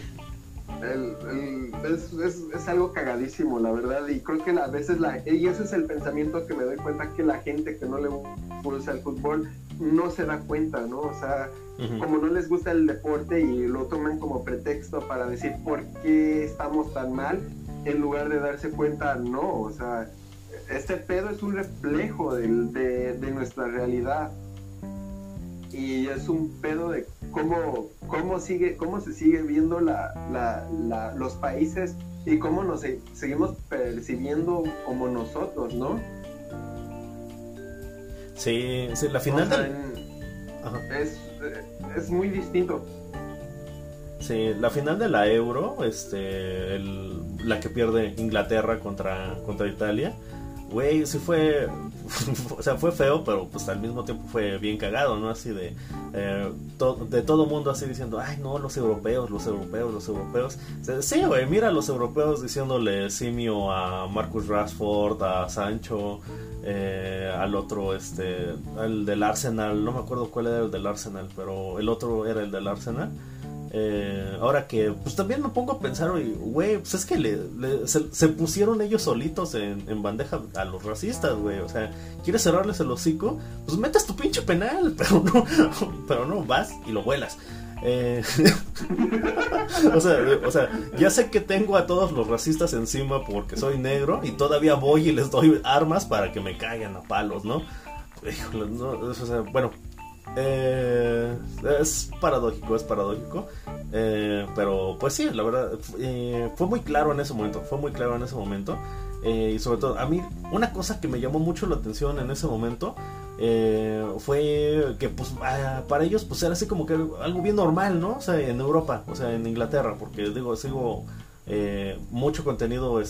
es algo cagadísimo, la verdad. Y creo que a veces, y ese es el pensamiento que me doy cuenta, que la gente que no le gusta el fútbol no se da cuenta, ¿no? O sea, como no les gusta el deporte y lo toman como pretexto para decir por qué estamos tan mal, en lugar de darse cuenta, no, o sea, este pedo es un reflejo de nuestra realidad, y es un pedo de cómo se sigue viendo los países y cómo nos seguimos percibiendo como nosotros, ¿no? Sí, la final es muy distinto. Sí, la final de la Euro, la que pierde Inglaterra contra Italia, güey, sí fue, o sea, fue feo, pero pues al mismo tiempo fue bien cagado, ¿no? Así de todo mundo así diciendo, ay, no, los europeos. Sí, güey, mira a los europeos diciéndole simio a Marcus Rashford, a Sancho, al otro, al del Arsenal, no me acuerdo cuál era el del Arsenal, pero el otro era el del Arsenal. Ahora que pues también me pongo a pensar, güey, pues es que se pusieron ellos solitos en bandeja a los racistas, güey. O sea, ¿quieres cerrarles el hocico? Pues metes tu pinche penal, pero no vas y lo vuelas. O sea, ya sé que tengo a todos los racistas encima porque soy negro, y todavía voy y les doy armas para que me caigan a palos, ¿no? Híjole, no, o sea, bueno, es paradójico, pero pues sí, la verdad, fue muy claro en ese momento, y sobre todo a mí una cosa que me llamó mucho la atención en ese momento fue que pues para ellos pues era así como que algo bien normal, ¿no? O sea, en Europa, o sea, en Inglaterra, porque digo, sigo mucho contenido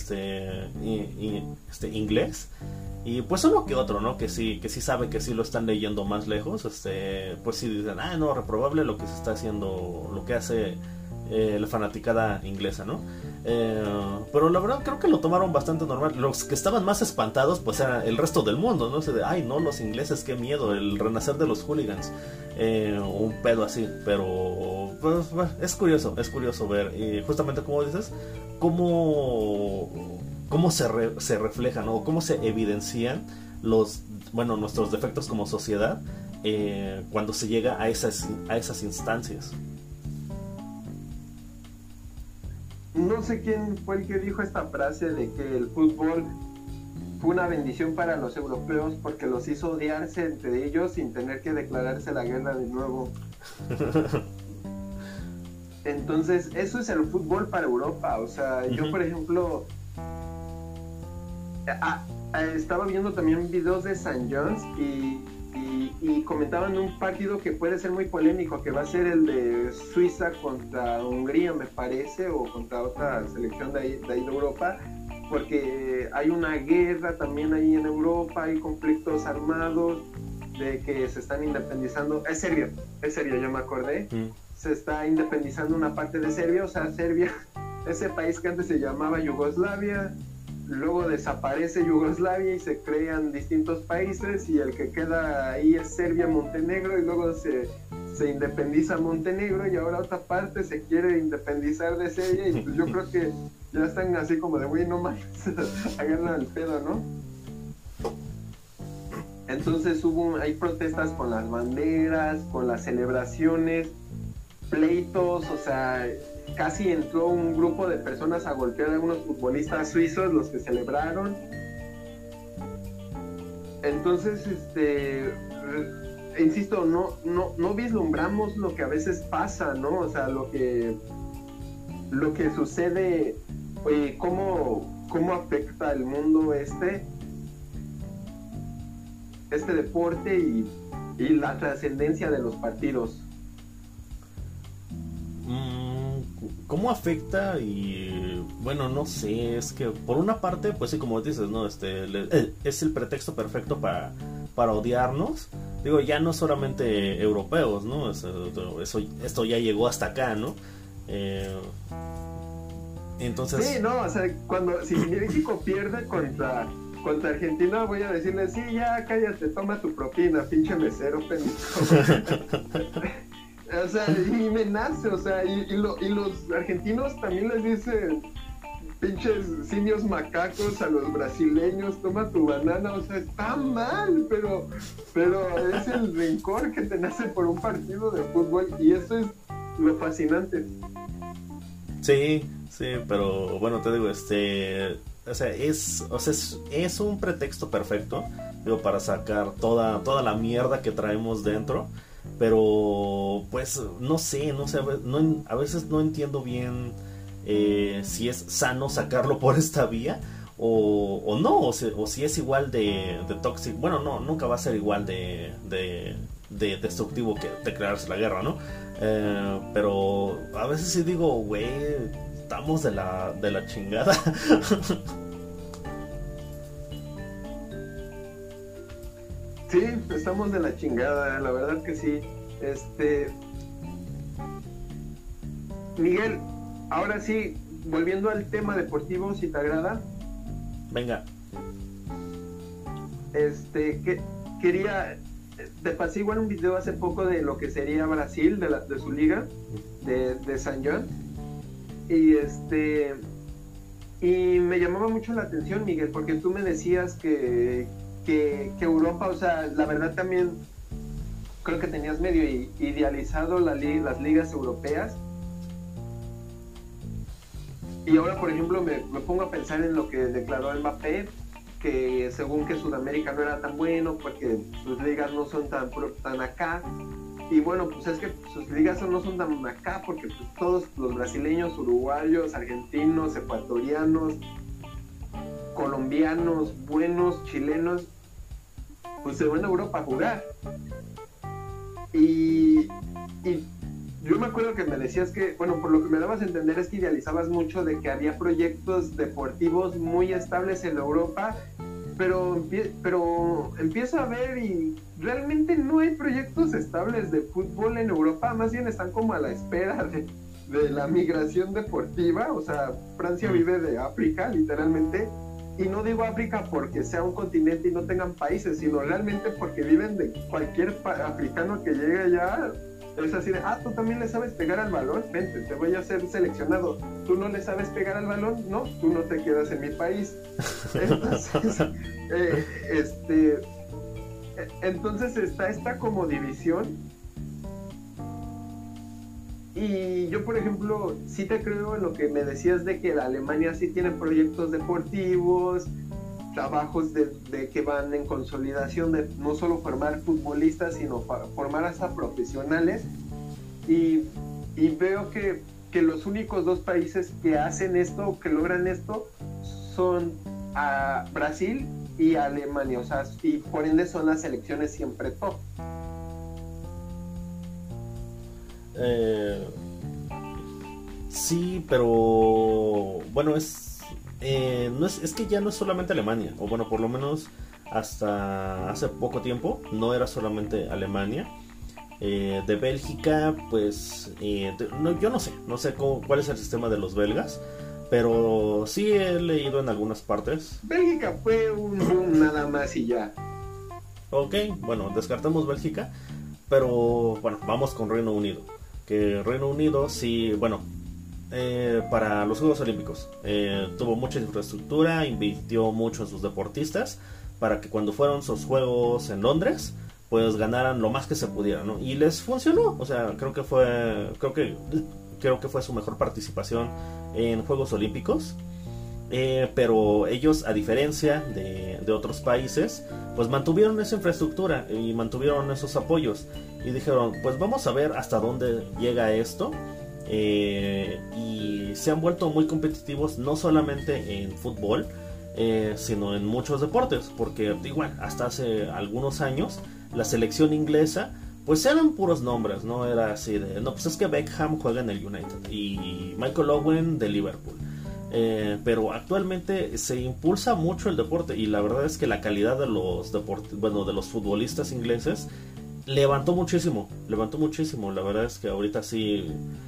inglés, y pues uno que otro, ¿no? Que sí sabe que sí lo están leyendo más lejos, pues sí dicen, no, reprobable lo que se está haciendo, lo que hace la fanaticada inglesa, ¿no? Pero la verdad creo que lo tomaron bastante normal. Los que estaban más espantados pues era el resto del mundo, ¿no? Ay, no, los ingleses, qué miedo, el renacer de los hooligans, un pedo así. Pero pues, es curioso ver, justamente como dices, cómo se reflejan, ¿no? O cómo se evidencian nuestros defectos como sociedad cuando se llega a esas instancias. No sé quién fue el que dijo esta frase de que el fútbol fue una bendición para los europeos porque los hizo odiarse entre ellos sin tener que declararse la guerra de nuevo. Entonces, eso es el fútbol para Europa. O sea, yo, por ejemplo, estaba viendo también videos de St. John's y comentaban un partido que puede ser muy polémico, que va a ser el de Suiza contra Hungría, me parece, o contra otra selección de ahí de Europa, porque hay una guerra también ahí en Europa, hay conflictos armados de que se están independizando. Es Serbia, ya me acordé. Se está independizando una parte de Serbia, o sea, Serbia, ese país que antes se llamaba Yugoslavia, luego desaparece Yugoslavia y se crean distintos países, y el que queda ahí es Serbia, Montenegro, y luego se independiza Montenegro, y ahora otra parte se quiere independizar de Serbia, y pues yo creo que ya están así como de, güey, no mames, agarran el pedo, ¿no? Entonces hay protestas con las banderas, con las celebraciones, pleitos, o sea, casi entró un grupo de personas a golpear a algunos futbolistas suizos, los que celebraron. Entonces, insisto, no vislumbramos lo que a veces pasa, ¿no? O sea, lo que sucede, oye, cómo afecta el mundo este deporte y la trascendencia de los partidos. ¿Cómo afecta? Y bueno, no sé, es que por una parte, pues sí, como dices, ¿no? Es el pretexto perfecto para odiarnos. Digo, ya no solamente europeos, ¿no? Esto ya llegó hasta acá, ¿no? Entonces... Sí, no, o sea, si México pierde contra Argentina, voy a decirle, sí, ya cállate, toma tu propina, pinche mesero, pendejo. O sea, y me nace, o sea, y los argentinos también les dicen pinches simios macacos a los brasileños, toma tu banana, o sea, está mal, pero es el rencor que te nace por un partido de fútbol, y eso es lo fascinante. Sí, pero bueno, te digo, o sea, es un pretexto perfecto, digo, para sacar toda la mierda que traemos dentro. Pero pues no sé, a veces no entiendo bien si es sano sacarlo por esta vía o no, o si es igual de tóxico. Bueno, no, nunca va a ser igual de destructivo que declararse la guerra, ¿no? Pero a veces sí digo, güey, estamos de la chingada. Sí, estamos de la chingada, la verdad que sí. Miguel, ahora sí, volviendo al tema deportivo, si te agrada. Venga. Quería, te pasé igual un video hace poco de lo que sería Brasil, de su liga, de St. John. Y me llamaba mucho la atención, Miguel, porque tú me decías que Europa, o sea, la verdad también creo que tenías medio idealizado las ligas europeas, y ahora por ejemplo me pongo a pensar en lo que declaró Mbappé, que según que Sudamérica no era tan bueno porque sus ligas no son tan acá, y bueno, pues es que sus ligas no son tan acá porque pues todos los brasileños, uruguayos, argentinos, ecuatorianos, colombianos, buenos, chilenos, pues se van a Europa a jugar. Y yo me acuerdo que me decías que, bueno, por lo que me dabas a entender es que idealizabas mucho de que había proyectos deportivos muy estables en Europa, pero empiezo a ver y realmente no hay proyectos estables de fútbol en Europa, más bien están como a la espera de la migración deportiva. O sea, Francia vive de África, literalmente. Y no digo África porque sea un continente y no tengan países, sino realmente porque viven de cualquier africano que llegue allá. Es así de, tú también le sabes pegar al balón, vente, te voy a hacer seleccionado. Tú no le sabes pegar al balón, no, tú no te quedas en mi país. Entonces está esta como división. Y yo, por ejemplo, sí te creo en lo que me decías de que la Alemania sí tiene proyectos deportivos, trabajos de que van en consolidación de no solo formar futbolistas, sino formar hasta profesionales. Y veo que que los únicos dos países que hacen esto, que logran esto, son Brasil y Alemania, o sea, y por ende son las selecciones siempre top. Sí, pero bueno, no es que ya no es solamente Alemania, o bueno, por lo menos hasta hace poco tiempo no era solamente Alemania. De Bélgica, pues yo no sé cuál es el sistema de los belgas, pero sí he leído en algunas partes. Bélgica fue un boom nada más y ya. Ok, bueno, descartamos Bélgica, pero bueno, vamos con Reino Unido. Que Reino Unido sí, bueno, para los Juegos Olímpicos tuvo mucha infraestructura, invirtió mucho en sus deportistas para que cuando fueron sus Juegos en Londres, pues ganaran lo más que se pudiera, ¿no? Y les funcionó, o sea, creo que fue su mejor participación en Juegos Olímpicos. Pero ellos, a diferencia de otros países, pues mantuvieron esa infraestructura y mantuvieron esos apoyos y dijeron, pues vamos a ver hasta dónde llega esto. Y se han vuelto muy competitivos, no solamente en fútbol, sino en muchos deportes, porque igual hasta hace algunos años la selección inglesa pues eran puros nombres, no era así de, no, pues es que Beckham juega en el United y Michael Owen de Liverpool. Pero actualmente se impulsa mucho el deporte y la verdad es que la calidad de los de los futbolistas ingleses levantó muchísimo. La verdad es que ahorita sí,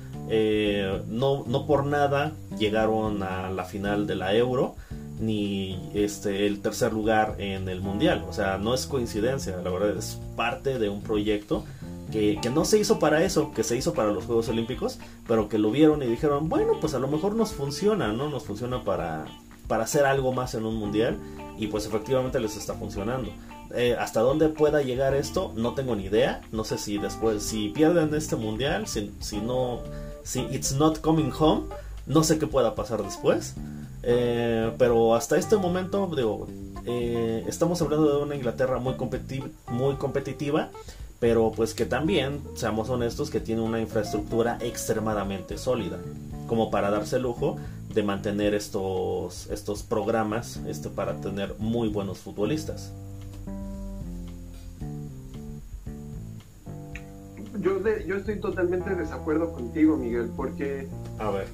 no por nada llegaron a la final de la Euro ni el tercer lugar en el Mundial. O sea, no es coincidencia, la verdad es parte de un proyecto que no se hizo para eso, que se hizo para los Juegos Olímpicos, pero que lo vieron y dijeron, bueno, pues a lo mejor nos funciona, ¿no? Nos funciona para hacer algo más en un mundial, y pues efectivamente les está funcionando. Hasta dónde pueda llegar esto, no tengo ni idea. No sé si después, si pierden este mundial, si it's not coming home, no sé qué pueda pasar después. Pero hasta este momento, digo, estamos hablando de una Inglaterra muy competitiva, pero pues que también, seamos honestos, que tiene una infraestructura extremadamente sólida, como para darse el lujo de mantener estos programas para tener muy buenos futbolistas. Yo estoy totalmente de desacuerdo contigo, Miguel, porque a ver,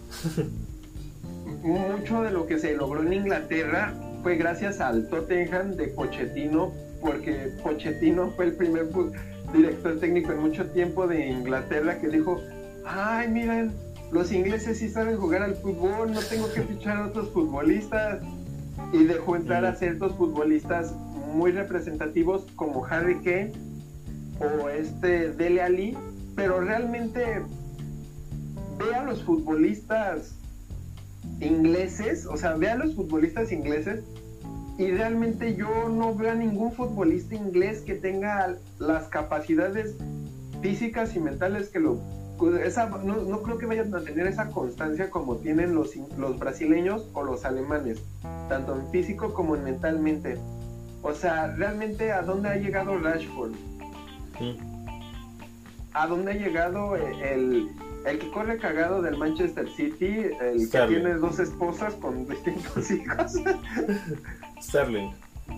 mucho de lo que se logró en Inglaterra fue gracias al Tottenham de Pochettino, porque Pochettino fue el primer director técnico en mucho tiempo de Inglaterra que dijo, ay, miren, los ingleses sí saben jugar al fútbol, no tengo que fichar a otros futbolistas, y dejó entrar a ciertos futbolistas muy representativos como Harry Kane o Dele Alli, pero realmente ve a los futbolistas ingleses, y realmente yo no veo a ningún futbolista inglés que tenga las capacidades físicas y mentales que no creo que vayan a tener esa constancia como tienen los brasileños o los alemanes, tanto en físico como en mentalmente. O sea, realmente ¿a dónde ha llegado Rashford? ¿A dónde ha llegado el que corre cagado del Manchester City, el Sterling, que tiene 2 esposas con distintos hijos? Sterling,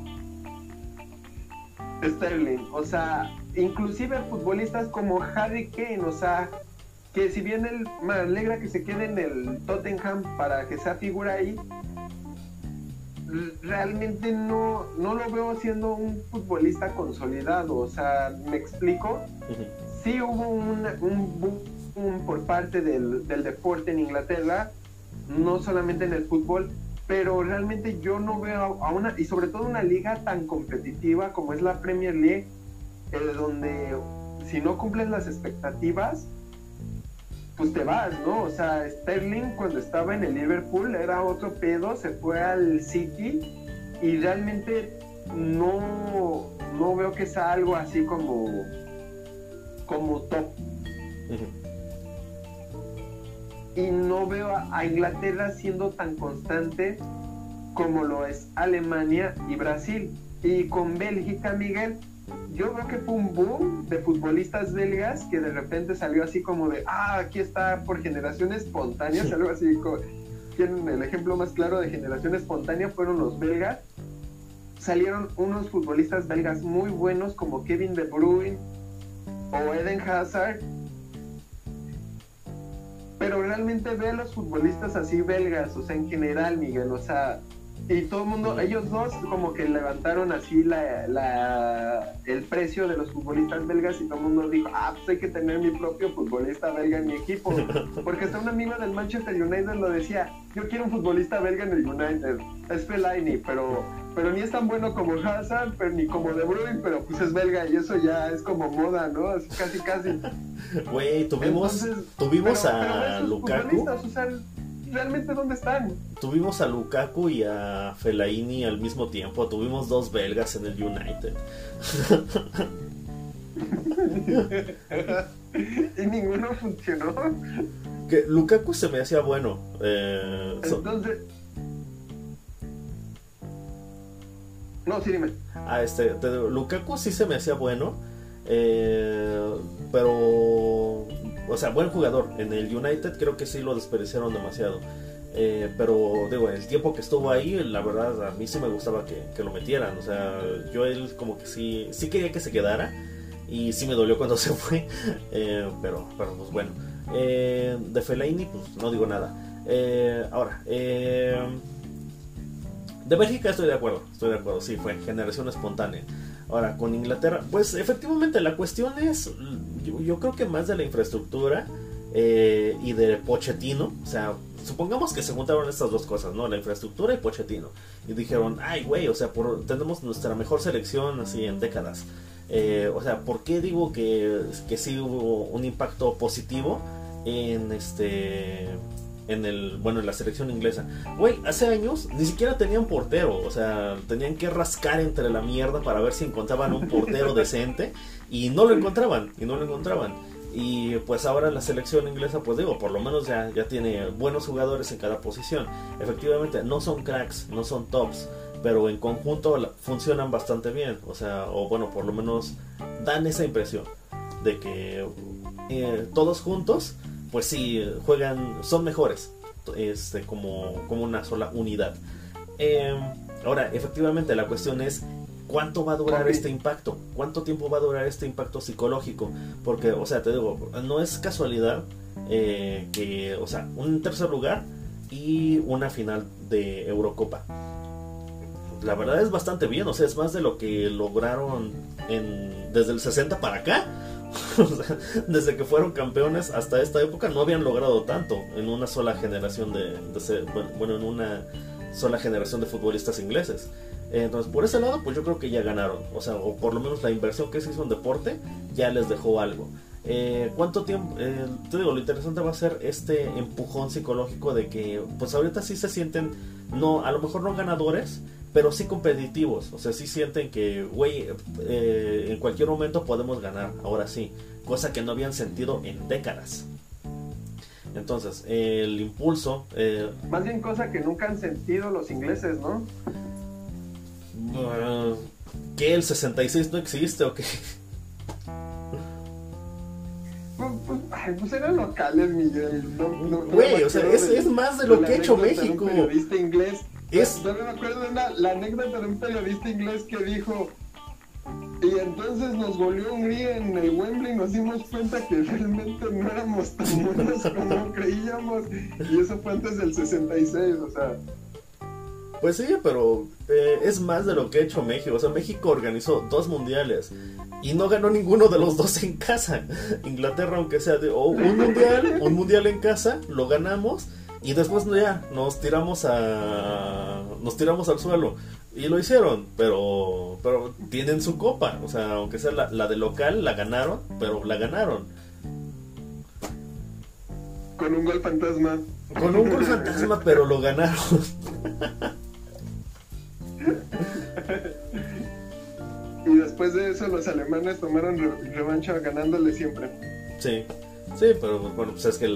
o sea, inclusive futbolistas como Harry Kane, o sea, que si bien él me alegra que se quede en el Tottenham para que sea figura ahí, realmente no lo veo siendo un futbolista consolidado. O sea, ¿me explico? Sí hubo un boom por parte del deporte en Inglaterra, no solamente en el fútbol, pero realmente yo no veo y sobre todo una liga tan competitiva como es la Premier League, donde si no cumples las expectativas, pues te vas, ¿no? O sea, Sterling cuando estaba en el Liverpool era otro pedo, se fue al City y realmente no veo que sea algo así como top. Y no veo a Inglaterra siendo tan constante como lo es Alemania y Brasil. Y con Bélgica, Miguel, yo veo que fue un boom de futbolistas belgas que de repente salió así como de, aquí está por generación espontánea, algo así como, el ejemplo más claro de generación espontánea fueron los belgas. Salieron unos futbolistas belgas muy buenos como Kevin De Bruyne o Eden Hazard, pero realmente ve a los futbolistas así belgas, o sea, en general, Miguel, o sea, y todo el mundo, ellos dos como que levantaron así el precio de los futbolistas belgas y todo el mundo dijo, pues hay que tener mi propio futbolista belga en mi equipo, porque hasta un amigo del Manchester United lo decía, yo quiero un futbolista belga en el United, es Fellaini, pero ni es tan bueno como Hazard, pero ni como De Bruyne, pero pues es belga y eso ya es como moda, ¿no? Así casi. Güey, tuvimos a Lukaku. O sea, ¿realmente dónde están? Tuvimos a Lukaku y a Fellaini al mismo tiempo. Tuvimos dos belgas en el United. Y ninguno funcionó. Que Lukaku se me hacía bueno. Entonces... No, sí, dime. Lukaku sí se me hacía bueno. Pero, o sea, buen jugador. En el United creo que sí lo desperdiciaron demasiado. Pero digo, el tiempo que estuvo ahí, la verdad, a mí sí me gustaba que lo metieran. O sea, yo él como que sí quería que se quedara. Y sí me dolió cuando se fue. Pero pues bueno. De Fellaini, pues no digo nada. Ahora, de Bélgica estoy de acuerdo, sí, fue generación espontánea. Ahora, con Inglaterra, pues efectivamente la cuestión es, yo creo que más de la infraestructura y de Pochettino. O sea, supongamos que se juntaron estas dos cosas, ¿no? La infraestructura y Pochettino. Y dijeron, ay, güey, o sea, tenemos nuestra mejor selección así en décadas. O sea, ¿por qué digo que sí hubo un impacto positivo en la selección inglesa? Güey, hace años ni siquiera tenían portero. O sea, tenían que rascar entre la mierda para ver si encontraban un portero decente. Y no lo encontraban. Y pues ahora la selección inglesa, pues digo, por lo menos ya tiene buenos jugadores en cada posición. Efectivamente, no son cracks, no son tops, pero en conjunto funcionan bastante bien. O sea, o bueno, por lo menos dan esa impresión de que todos juntos, pues sí, son mejores, como una sola unidad. Ahora, efectivamente, la cuestión es ¿cuánto va a durar este impacto? ¿Cuánto tiempo va a durar este impacto psicológico? Porque, o sea, te digo, no es casualidad que, o sea, un tercer lugar y una final de Eurocopa. La verdad es bastante bien, o sea, es más de lo que lograron desde el 60 para acá. O sea, desde que fueron campeones hasta esta época no habían logrado tanto en una sola generación en una sola generación de futbolistas ingleses. Entonces, por ese lado, pues yo creo que ya ganaron. O sea, o por lo menos la inversión que se hizo en deporte ya les dejó algo. ¿Cuánto tiempo? Te digo, lo interesante va a ser este empujón psicológico de que, pues ahorita sí se sienten, no, a lo mejor no ganadores, pero sí competitivos. O sea, sí sienten que, güey, en cualquier momento podemos ganar, ahora sí. Cosa que no habían sentido en décadas. Entonces, el impulso... más bien cosa que nunca han sentido los ingleses, ¿no? ¿Que el 66 no existe o qué? Pues eran locales, Miguel. Güey, o sea, es más de lo que ha hecho México. Un periodista inglés. No me acuerdo de la anécdota de un periodista inglés que dijo: y entonces nos goleó Hungría en el Wembley y nos dimos cuenta que realmente no éramos tan buenos como creíamos. Y eso fue antes del 66, o sea. Pues sí, pero es más de lo que ha hecho México. O sea, México organizó 2 mundiales y no ganó ninguno de los 2 en casa. Inglaterra, aunque sea un mundial en casa, lo ganamos y después ya nos tiramos al suelo. Y lo hicieron, pero tienen su copa. O sea, aunque sea la de local, la ganaron, pero la ganaron. Con un gol fantasma. Con un gol fantasma, pero lo ganaron. Y después de eso los alemanes tomaron revancha ganándole siempre. Sí, pero bueno, pues es que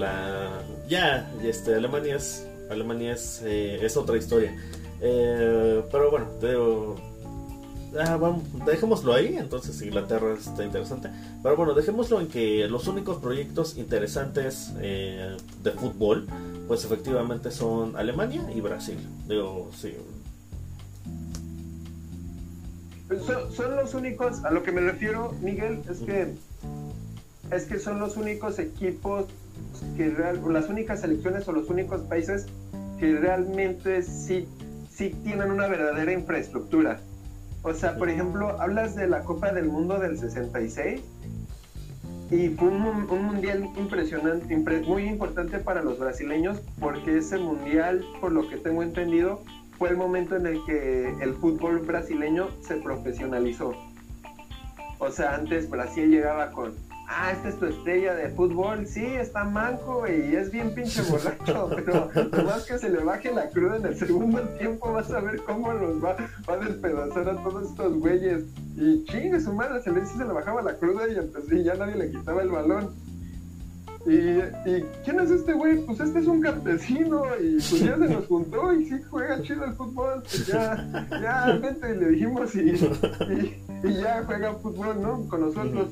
Alemania es otra historia. Pero bueno, Vamos, dejémoslo ahí. Entonces Inglaterra está interesante, pero bueno, dejémoslo en que los únicos proyectos interesantes de fútbol, pues efectivamente son Alemania y Brasil. Digo, sí. Son los únicos, a lo que me refiero, Miguel, es que son los únicos equipos las únicas selecciones o los únicos países que realmente sí tienen una verdadera infraestructura. O sea, por ejemplo, hablas de la Copa del Mundo del 66 y fue un mundial impresionante, muy importante para los brasileños, porque ese mundial, por lo que tengo entendido, fue el momento en el que el fútbol brasileño se profesionalizó. O sea, antes Brasil llegaba con: esta es tu estrella de fútbol, sí, está manco y es bien pinche borracho, pero nomás que se le baje la cruda en el segundo tiempo, vas a ver cómo los va a despedazar a todos estos güeyes. Y chingue su madre, se le bajaba la cruda y ya nadie le quitaba el balón. ¿Y quién es este güey? Pues este es un campesino y pues ya se nos juntó y sí juega chido el fútbol, pues ya vente, le dijimos y ya juega fútbol, ¿no? Con nosotros.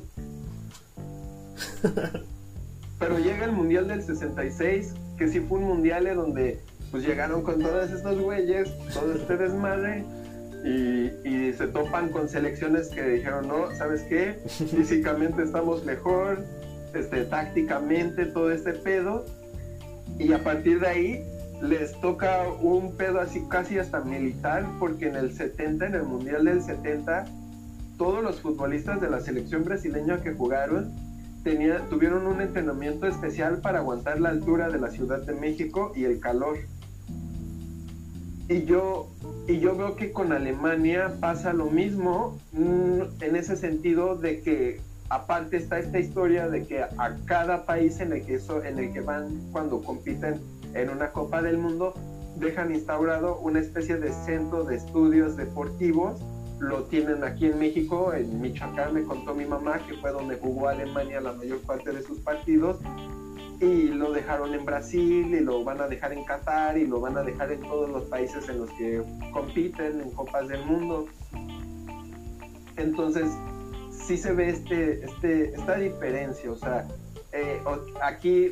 Pero llega el mundial del 66, que sí fue un mundial en donde pues llegaron con todos estos güeyes, todo este desmadre, y se topan con selecciones que dijeron: no, ¿sabes qué? Físicamente estamos mejor, tácticamente, todo este pedo, y a partir de ahí les toca un pedo así casi hasta militar, porque en el 70, en el mundial del 70, todos los futbolistas de la selección brasileña que jugaron tuvieron un entrenamiento especial para aguantar la altura de la Ciudad de México y el calor. Y yo veo que con Alemania pasa lo mismo, en ese sentido de que aparte está esta historia de que a cada país en el que van cuando compiten en una Copa del Mundo dejan instaurado una especie de centro de estudios deportivos. Lo tienen aquí en México, en Michoacán, me contó mi mamá, que fue donde jugó Alemania la mayor parte de sus partidos, y lo dejaron en Brasil, y lo van a dejar en Qatar, y lo van a dejar en todos los países en los que compiten en Copas del Mundo. Entonces, sí se ve esta diferencia, o sea, aquí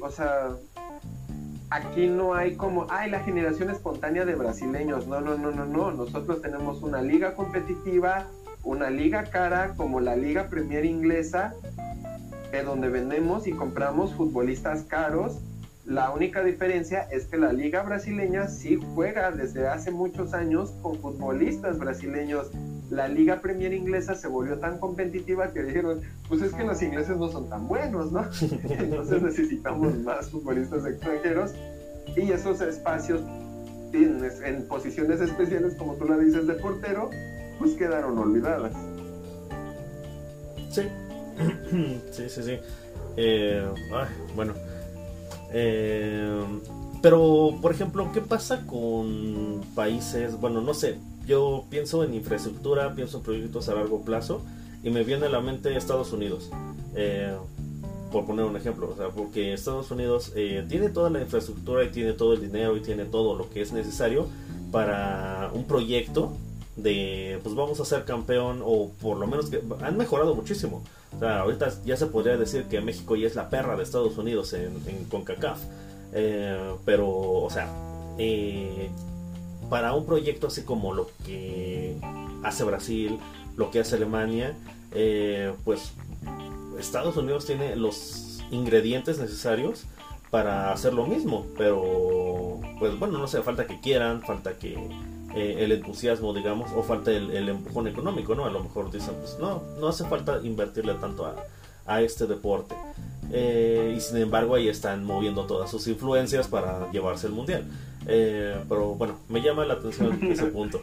no hay como, la generación espontánea de brasileños. No. Nosotros tenemos una liga competitiva, una liga cara, como la Liga Premier inglesa, donde vendemos y compramos futbolistas caros. La única diferencia es que la liga brasileña sí juega desde hace muchos años con futbolistas brasileños. La Liga Premier inglesa se volvió tan competitiva que dijeron: pues es que los ingleses no son tan buenos, ¿no? Entonces necesitamos más futbolistas extranjeros, y esos espacios en posiciones especiales, como tú la dices, de portero, pues quedaron olvidadas. Sí. Sí. Bueno. Pero, por ejemplo, ¿qué pasa con países? Bueno, no sé. Yo pienso en infraestructura, pienso en proyectos a largo plazo, y me viene a la mente Estados Unidos, por poner un ejemplo. O sea, porque Estados Unidos tiene toda la infraestructura y tiene todo el dinero y tiene todo lo que es necesario para un proyecto de, pues vamos a ser campeón, o por lo menos que han mejorado muchísimo. O sea, ahorita ya se podría decir que México ya es la perra de Estados Unidos en CONCACAF, pero, o sea, para un proyecto así como lo que hace Brasil, lo que hace Alemania, pues Estados Unidos tiene los ingredientes necesarios para hacer lo mismo, pero pues bueno, no sé, falta que quieran, falta que el entusiasmo, digamos, o falta el empujón económico, ¿no? A lo mejor dicen, pues no hace falta invertirle tanto a este deporte, y sin embargo ahí están moviendo todas sus influencias para llevarse el mundial. Pero bueno, me llama la atención ese punto.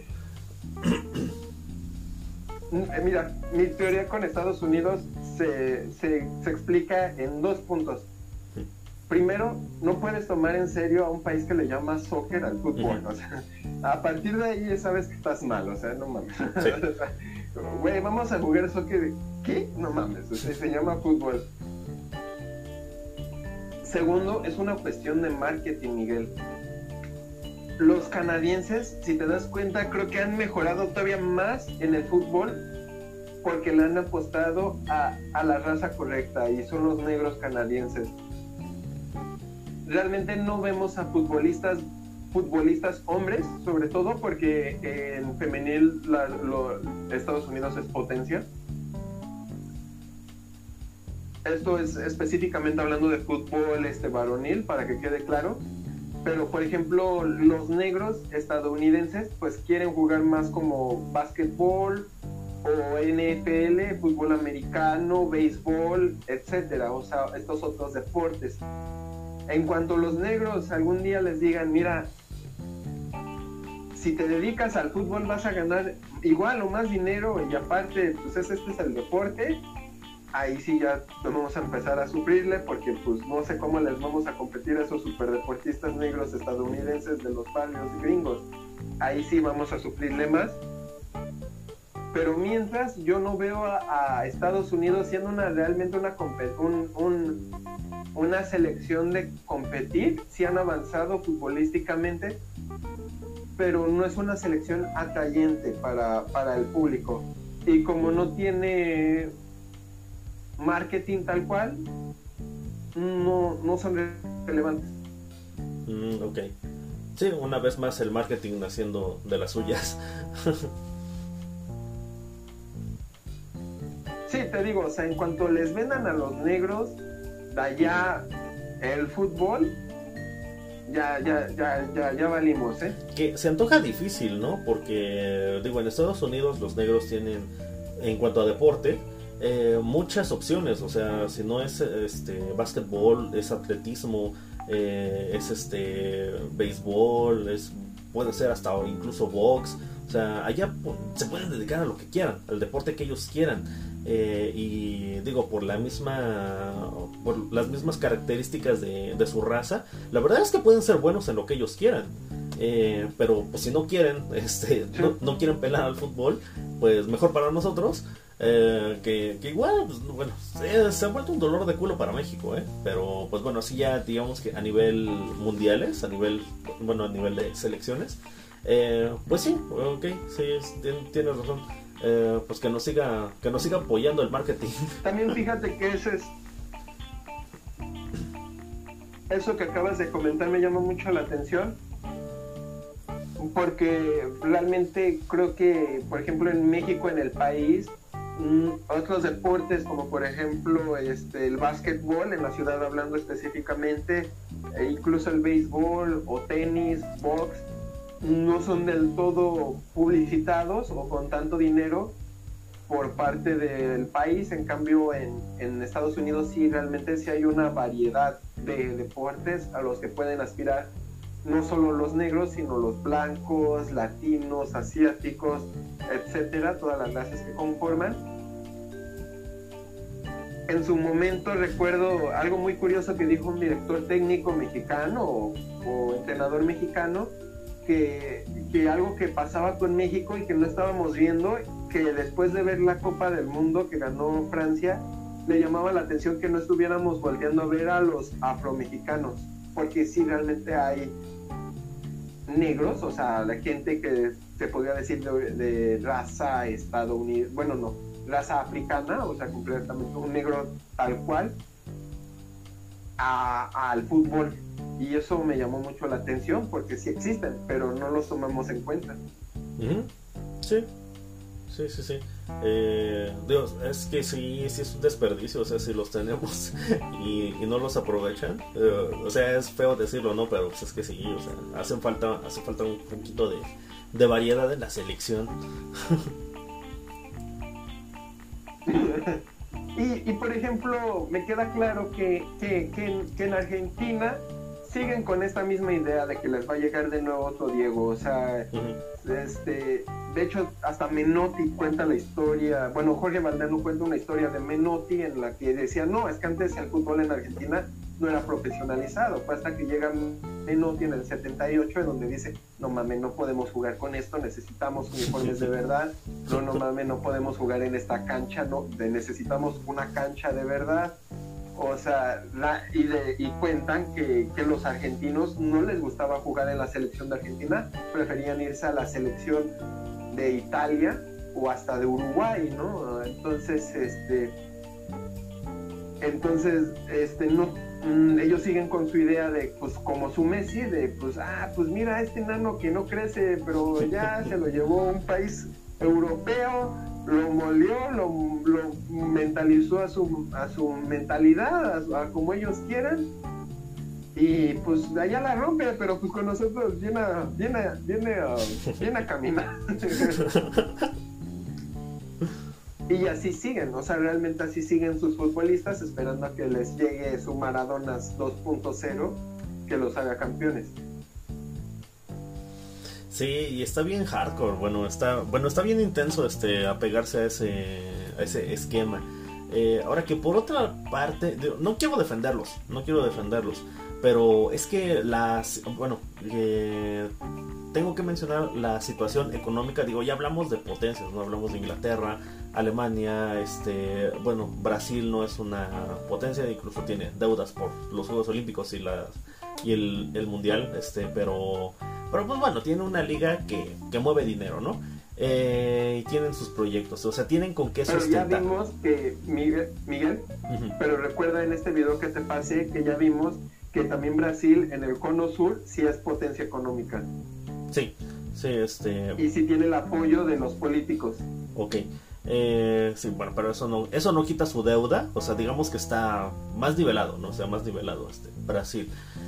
Mira, mi teoría con Estados Unidos se explica en 2 puntos. Primero, no puedes tomar en serio a un país que le llama soccer al fútbol. O sea, a partir de ahí ya sabes que estás mal, o sea, no mames. Sí. Güey, vamos a jugar soccer. ¿Qué? No mames, o sea, se llama fútbol. Segundo, es una cuestión de marketing, Miguel. los canadienses, si te das cuenta, creo que han mejorado todavía más en el fútbol porque le han apostado a la raza correcta y son los negros canadienses. Realmente no vemos a futbolistas hombres, sobre todo porque en femenil Estados Unidos es potencia. Esto es específicamente hablando de fútbol varonil, para que quede claro. Pero, por ejemplo, los negros estadounidenses pues quieren jugar más como básquetbol o NFL, fútbol americano, béisbol, etcétera. O sea, estos otros deportes. En cuanto los negros algún día les digan, mira, si te dedicas al fútbol vas a ganar igual o más dinero y aparte, pues este es el deporte, ahí sí ya vamos a empezar a sufrirle porque pues no sé cómo les vamos a competir a esos superdeportistas negros estadounidenses de los barrios gringos. Ahí sí vamos a sufrirle más. Pero mientras yo no veo a Estados Unidos siendo realmente una selección de competir. Sí han avanzado futbolísticamente, pero no es una selección atrayente para el público. Y como no tiene marketing tal cual, no son relevantes. Ok. Sí, una vez más el marketing haciendo de las suyas. Sí, te digo, o sea, en cuanto les vendan a los negros de allá el fútbol, ya valimos, ¿eh? Que se antoja difícil, ¿no? Porque, digo, en Estados Unidos los negros tienen, en cuanto a deporte, muchas opciones. O sea, si no es básquetbol, es atletismo, es béisbol, puede ser hasta incluso box. O sea, allá se pueden dedicar a lo que quieran, al deporte que ellos quieran. Y digo, por las mismas características de su raza, la verdad es que pueden ser buenos en lo que ellos quieran. Pero pues si no quieren, no quieren pelar al fútbol, pues mejor para nosotros. Que igual, pues, bueno, se ha vuelto un dolor de culo para México, pero pues bueno, así ya digamos que a nivel mundiales, a nivel de selecciones, pues sí, ok, sí, tienes razón. Pues que nos siga apoyando el marketing. También fíjate que eso que acabas de comentar me llama mucho la atención, porque realmente creo que, por ejemplo, en México, en el país, otros deportes como por ejemplo el básquetbol en la ciudad, hablando específicamente, e incluso el béisbol o tenis, box, no son del todo publicitados o con tanto dinero por parte del país. En cambio en Estados Unidos sí, realmente sí hay una variedad de deportes a los que pueden aspirar no solo los negros, sino los blancos, latinos, asiáticos, etcétera, todas las razas que conforman. En su momento recuerdo algo muy curioso que dijo un director técnico mexicano o entrenador mexicano, que algo que pasaba con México y que no estábamos viendo, que después de ver la Copa del Mundo que ganó Francia, le llamaba la atención que no estuviéramos volteando a ver a los afromexicanos, porque sí realmente hay negros, o sea, la gente que se podría decir de raza estadounidense, bueno, no, raza africana, o sea, completamente un negro tal cual, al fútbol. Y eso me llamó mucho la atención, porque sí existen, pero no los tomamos en cuenta. Sí. Dios, es que sí es un desperdicio. O sea, si los tenemos y no los aprovechan, o sea, es feo decirlo, ¿no? Pero pues es que sí, o sea, hace falta un poquito de variedad en la selección. y por ejemplo, me queda claro que en Argentina siguen con esta misma idea de que les va a llegar de nuevo otro Diego. O sea, de hecho, hasta Menotti cuenta la historia. Bueno, Jorge Valdano cuenta una historia de Menotti en la que decía, no, es que antes el fútbol en Argentina no era profesionalizado. Fue hasta que llega Menotti en el 78, en donde dice, no mames, no podemos jugar con esto, necesitamos uniformes de verdad. No mames, no podemos jugar en esta cancha, no, necesitamos una cancha de verdad. O sea, y cuentan que los argentinos no les gustaba jugar en la selección de Argentina, preferían irse a la selección de Italia o hasta de Uruguay, ¿no? Entonces, no, ellos siguen con su idea de, pues, como su Messi, de, pues, pues mira, este enano que no crece, pero ya se lo llevó a un país europeo, lo moldeó, lo mentalizó a su mentalidad, a como ellos quieran, y pues allá la rompe, pero pues con nosotros viene a caminar. Y así siguen, o sea, realmente así siguen sus futbolistas, esperando a que les llegue su Maradona 2.0 que los haga campeones. Sí, y está bien hardcore, está bien intenso apegarse a ese esquema. Ahora que por otra parte, no quiero defenderlos, pero es que tengo que mencionar la situación económica. Digo, ya hablamos de potencias, no hablamos de Inglaterra, Alemania, Brasil no es una potencia, incluso tiene deudas por los Juegos Olímpicos y el Mundial, pero pues bueno, tiene una liga que mueve dinero, ¿no? Y tienen sus proyectos, o sea, tienen con qué sustentar. Pero ya vimos que, Miguel, pero recuerda en este video que te pasé que ya vimos que también Brasil en el cono sur sí es potencia económica. Sí, y sí tiene el apoyo de los políticos. Ok. Sí, bueno, pero eso no quita su deuda, o sea, digamos que está más nivelado, ¿no? O sea, más nivelado Brasil.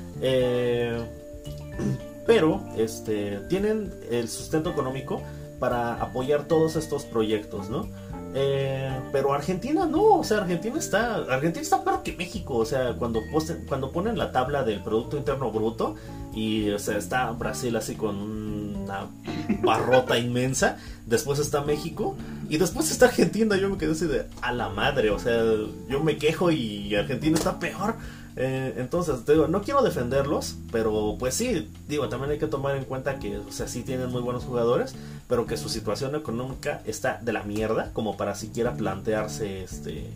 Pero tienen el sustento económico para apoyar todos estos proyectos, ¿no? Pero Argentina no, o sea, Argentina está peor que México, o sea, cuando ponen la tabla del Producto Interno Bruto y, o sea, está Brasil así con una barrota inmensa, después está México y después está Argentina. Yo me quedé así de a la madre, o sea, yo me quejo y Argentina está peor. Entonces, digo, no quiero defenderlos, pero pues sí, digo, también hay que tomar en cuenta que, o sea, sí tienen muy buenos jugadores, pero que su situación económica está de la mierda como para siquiera plantearse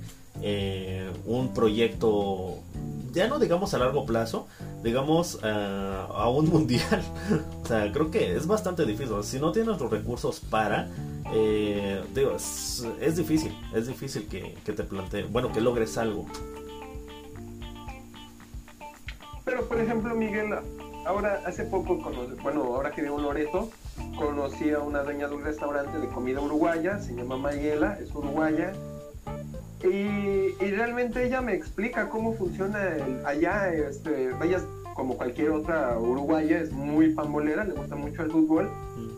un proyecto, ya no digamos a largo plazo, digamos a un mundial. O sea, creo que es bastante difícil. Si no tienes los recursos para, digo, es difícil que te plantee, bueno, que logres algo. Pero, por ejemplo, Miguel, ahora hace poco, ahora que vivo en Loreto, conocí a una dueña de un restaurante de comida uruguaya, se llama Mayela, es uruguaya, y realmente ella me explica cómo funciona allá. Ella, como cualquier otra uruguaya, es muy pambolera, le gusta mucho el fútbol,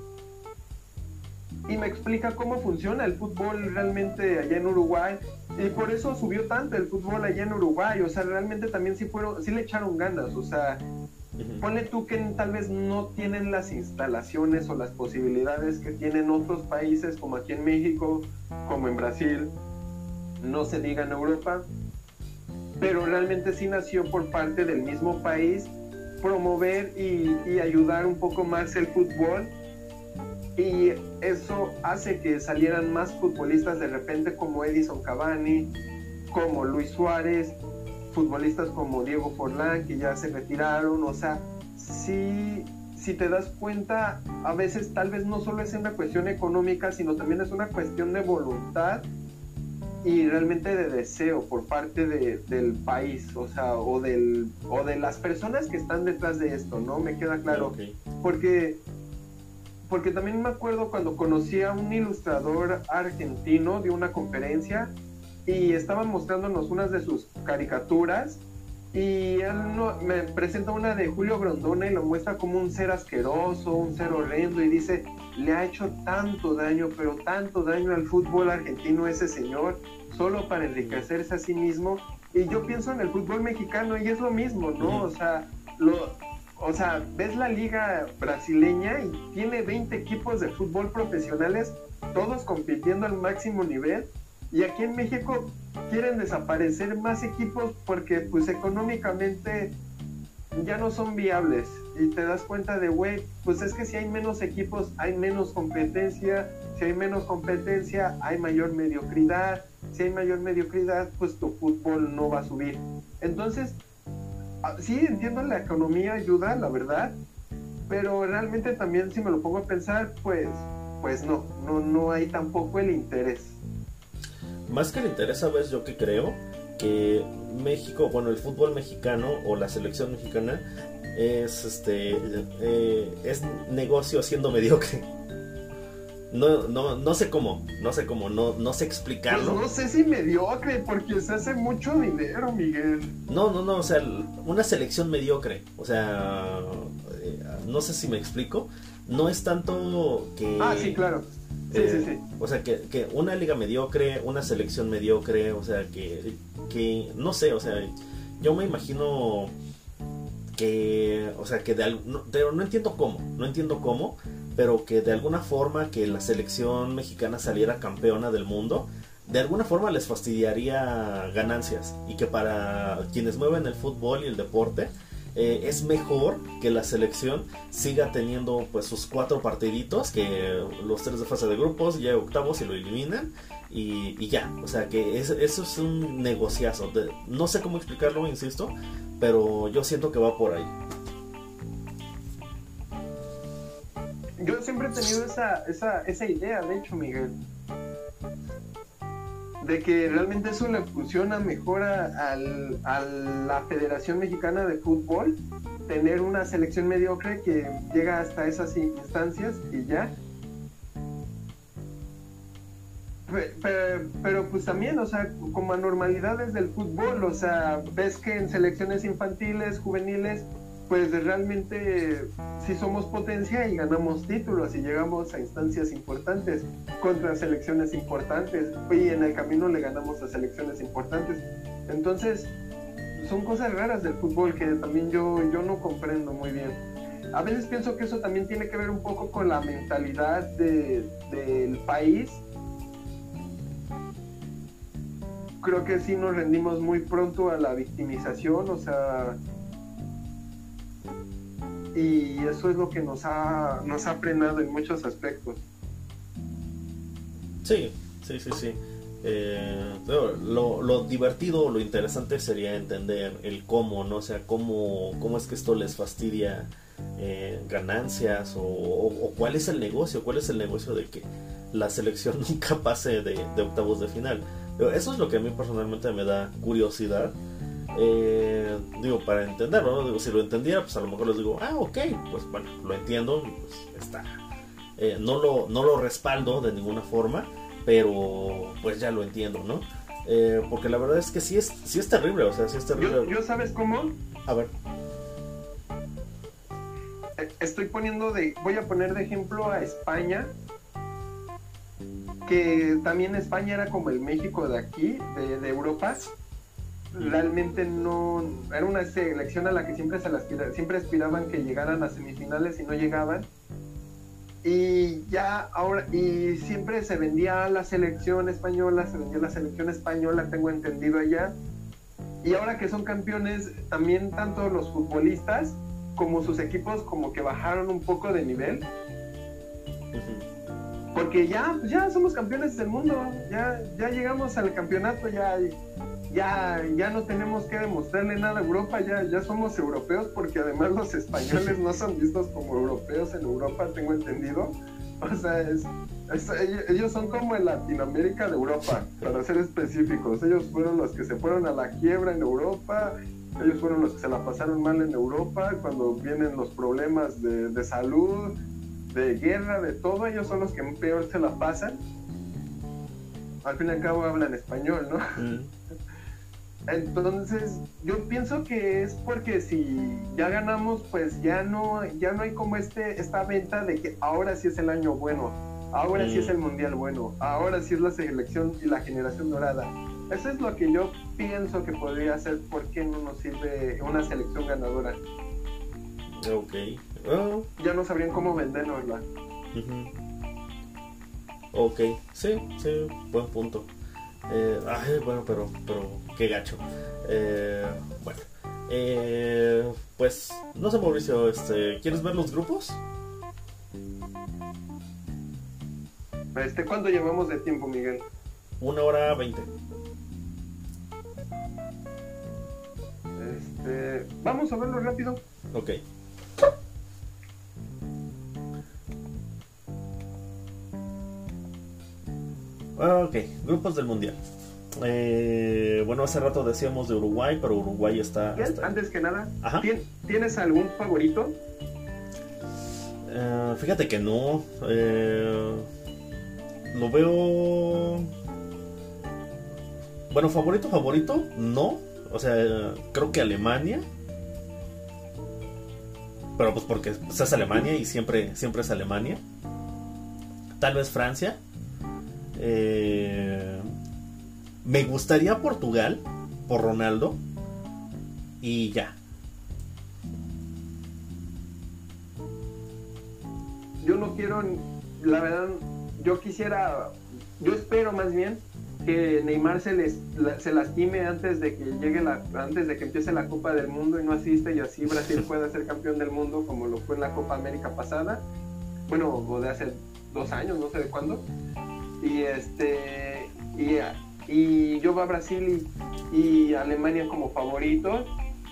y me explica cómo funciona el fútbol realmente allá en Uruguay. Y por eso subió tanto el fútbol allá en Uruguay, o sea, realmente también sí le echaron ganas, o sea, ponle tú que tal vez no tienen las instalaciones o las posibilidades que tienen otros países, como aquí en México, como en Brasil, no se diga en Europa, pero realmente sí nació por parte del mismo país promover y ayudar un poco más el fútbol. Y eso hace que salieran más futbolistas de repente, como Edison Cavani, como Luis Suárez, futbolistas como Diego Forlán, que ya se retiraron. O sea, si te das cuenta, a veces tal vez no solo es una cuestión económica, sino también es una cuestión de voluntad y realmente de deseo por parte del país, o sea, o de las personas que están detrás de esto, ¿no? Me queda claro. Okay. Porque también me acuerdo cuando conocí a un ilustrador argentino de una conferencia y estaban mostrándonos unas de sus caricaturas, y él me presenta una de Julio Grondona y lo muestra como un ser asqueroso, un ser horrendo, y dice, le ha hecho tanto daño, pero tanto daño al fútbol argentino ese señor, solo para enriquecerse a sí mismo. Y yo pienso en el fútbol mexicano y es lo mismo, ¿no? O sea, ves la liga brasileña y tiene 20 equipos de fútbol profesionales, todos compitiendo al máximo nivel, y aquí en México quieren desaparecer más equipos porque pues económicamente ya no son viables, y te das cuenta de, güey, pues es que si hay menos equipos hay menos competencia, si hay menos competencia hay mayor mediocridad, si hay mayor mediocridad, pues tu fútbol no va a subir. Entonces, sí entiendo, la economía ayuda, la verdad, pero realmente también si me lo pongo a pensar, pues no hay tampoco el interés. Más que el interés, ¿sabes yo qué creo? Que México, bueno, el fútbol mexicano o la selección mexicana es es negocio siendo mediocre. No sé cómo, no sé explicarlo. Pues no sé si mediocre, porque se hace mucho dinero, Miguel. No, o sea, una selección mediocre, o sea, no sé si me explico, no es tanto que... Sí, claro. Sí. O sea, que una liga mediocre, una selección mediocre, o sea, que no sé, o sea, yo me imagino que, o sea, que no entiendo cómo, pero que de alguna forma que la selección mexicana saliera campeona del mundo, de alguna forma les fastidiaría ganancias, y que para quienes mueven el fútbol y el deporte, es mejor que la selección siga teniendo pues sus 4 partiditos, que los 3 de fase de grupos, ya octavos y lo eliminan y ya, o sea que eso es un negociazo, no sé cómo explicarlo, insisto, pero yo siento que va por ahí. Yo siempre he tenido esa idea, de hecho, Miguel, de que realmente eso le funciona mejor a la Federación Mexicana de Fútbol, tener una selección mediocre que llega hasta esas instancias y ya. Pero pues también, o sea, como anormalidades del fútbol, o sea, ves que en selecciones infantiles, juveniles, pues realmente sí somos potencia y ganamos títulos y llegamos a instancias importantes contra selecciones importantes, y en el camino le ganamos a selecciones importantes. Entonces son cosas raras del fútbol que también yo no comprendo muy bien. A veces pienso que eso también tiene que ver un poco con la mentalidad del país. Creo que sí nos rendimos muy pronto a la victimización, o sea, y eso es lo que nos ha frenado en muchos aspectos. Sí. Lo divertido, lo interesante sería entender el cómo, ¿no? O sea, cómo es que esto les fastidia ganancias, o cuál es el negocio de que la selección nunca pase de octavos de final. Eso es lo que a mí personalmente me da curiosidad. Digo, para entenderlo, ¿no? Digo, si lo entendiera, pues a lo mejor les digo, ok, pues bueno, lo entiendo, pues está. No lo respaldo de ninguna forma, pero pues ya lo entiendo, ¿no? Porque la verdad es que sí es terrible, o sea, sí es terrible. ¿Yo sabes cómo? A ver. Voy a poner de ejemplo a España, que también España era como el México de aquí, de Europa. Realmente no era una selección a la que siempre aspiraban que llegaran a semifinales y no llegaban, y siempre se vendía la selección española, tengo entendido allá, y ahora que son campeones también tanto los futbolistas como sus equipos como que bajaron un poco de nivel, porque ya somos campeones del mundo, ya llegamos al campeonato, ya no tenemos que demostrarle nada a Europa, ya somos europeos, porque además los españoles no son vistos como europeos en Europa, tengo entendido. O sea, ellos son como en Latinoamérica de Europa, para ser específicos. Ellos fueron los que se fueron a la quiebra en Europa, ellos fueron los que se la pasaron mal en Europa, cuando vienen los problemas de salud, de guerra, de todo, ellos son los que peor se la pasan. Al fin y al cabo hablan español, ¿no? Entonces yo pienso que es porque si ya ganamos, pues ya no hay como esta venta de que ahora sí es el año bueno, ahora sí es el mundial bueno, ahora sí es la selección y la generación dorada. Eso es lo que yo pienso que podría ser porque no nos sirve una selección ganadora. Ok. Ya no sabrían cómo vendernosla. Ok, sí, buen punto. Bueno, pero qué gacho. Bueno, pues no sé, Mauricio, ¿quieres ver los grupos? ¿Cuánto llevamos de tiempo, Miguel? 1 hora 20. Vamos a verlo rápido. Ok. Ok, grupos del mundial. Bueno, hace rato decíamos de Uruguay, pero Uruguay está... Antes que nada, Ajá. ¿tienes algún favorito? Fíjate que no. Lo veo... Bueno, favorito, no. O sea, creo que Alemania. Pero pues porque pues, es Alemania y siempre es Alemania. Tal vez Francia. Me gustaría Portugal por Ronaldo. Y ya. Yo no quiero, la verdad, yo espero más bien que Neymar se lastime antes de que empiece la Copa del Mundo y no asiste, y así Brasil pueda ser campeón del mundo como lo fue en la Copa América pasada, bueno, o de hace 2 años, no sé de cuándo. Y yo veo a Brasil y Alemania como favoritos.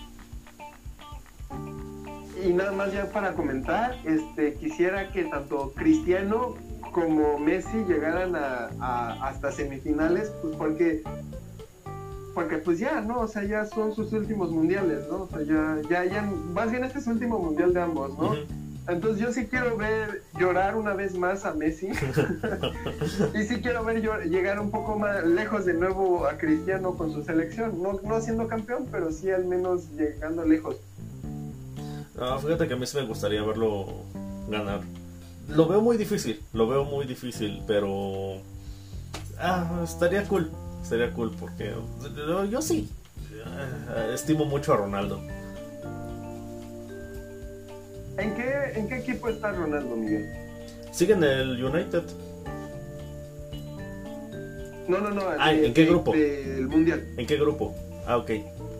Y nada más ya para comentar, quisiera que tanto Cristiano como Messi llegaran hasta semifinales, pues porque pues ya, ¿no? O sea, ya son sus últimos mundiales, ¿no? O sea, ya más bien este es el último mundial de ambos, ¿no? Uh-huh. Entonces yo sí quiero ver llorar una vez más a Messi y sí quiero ver llegar un poco más lejos de nuevo a Cristiano con su selección, no siendo campeón, pero sí al menos llegando lejos. No, fíjate que a mí sí me gustaría verlo ganar. Lo veo muy difícil, pero estaría cool porque yo sí estimo mucho a Ronaldo. ¿En qué equipo está Ronaldo, Miguel? Sigue en el United. No. ¿En qué grupo? El Mundial. ¿En qué grupo? Ok.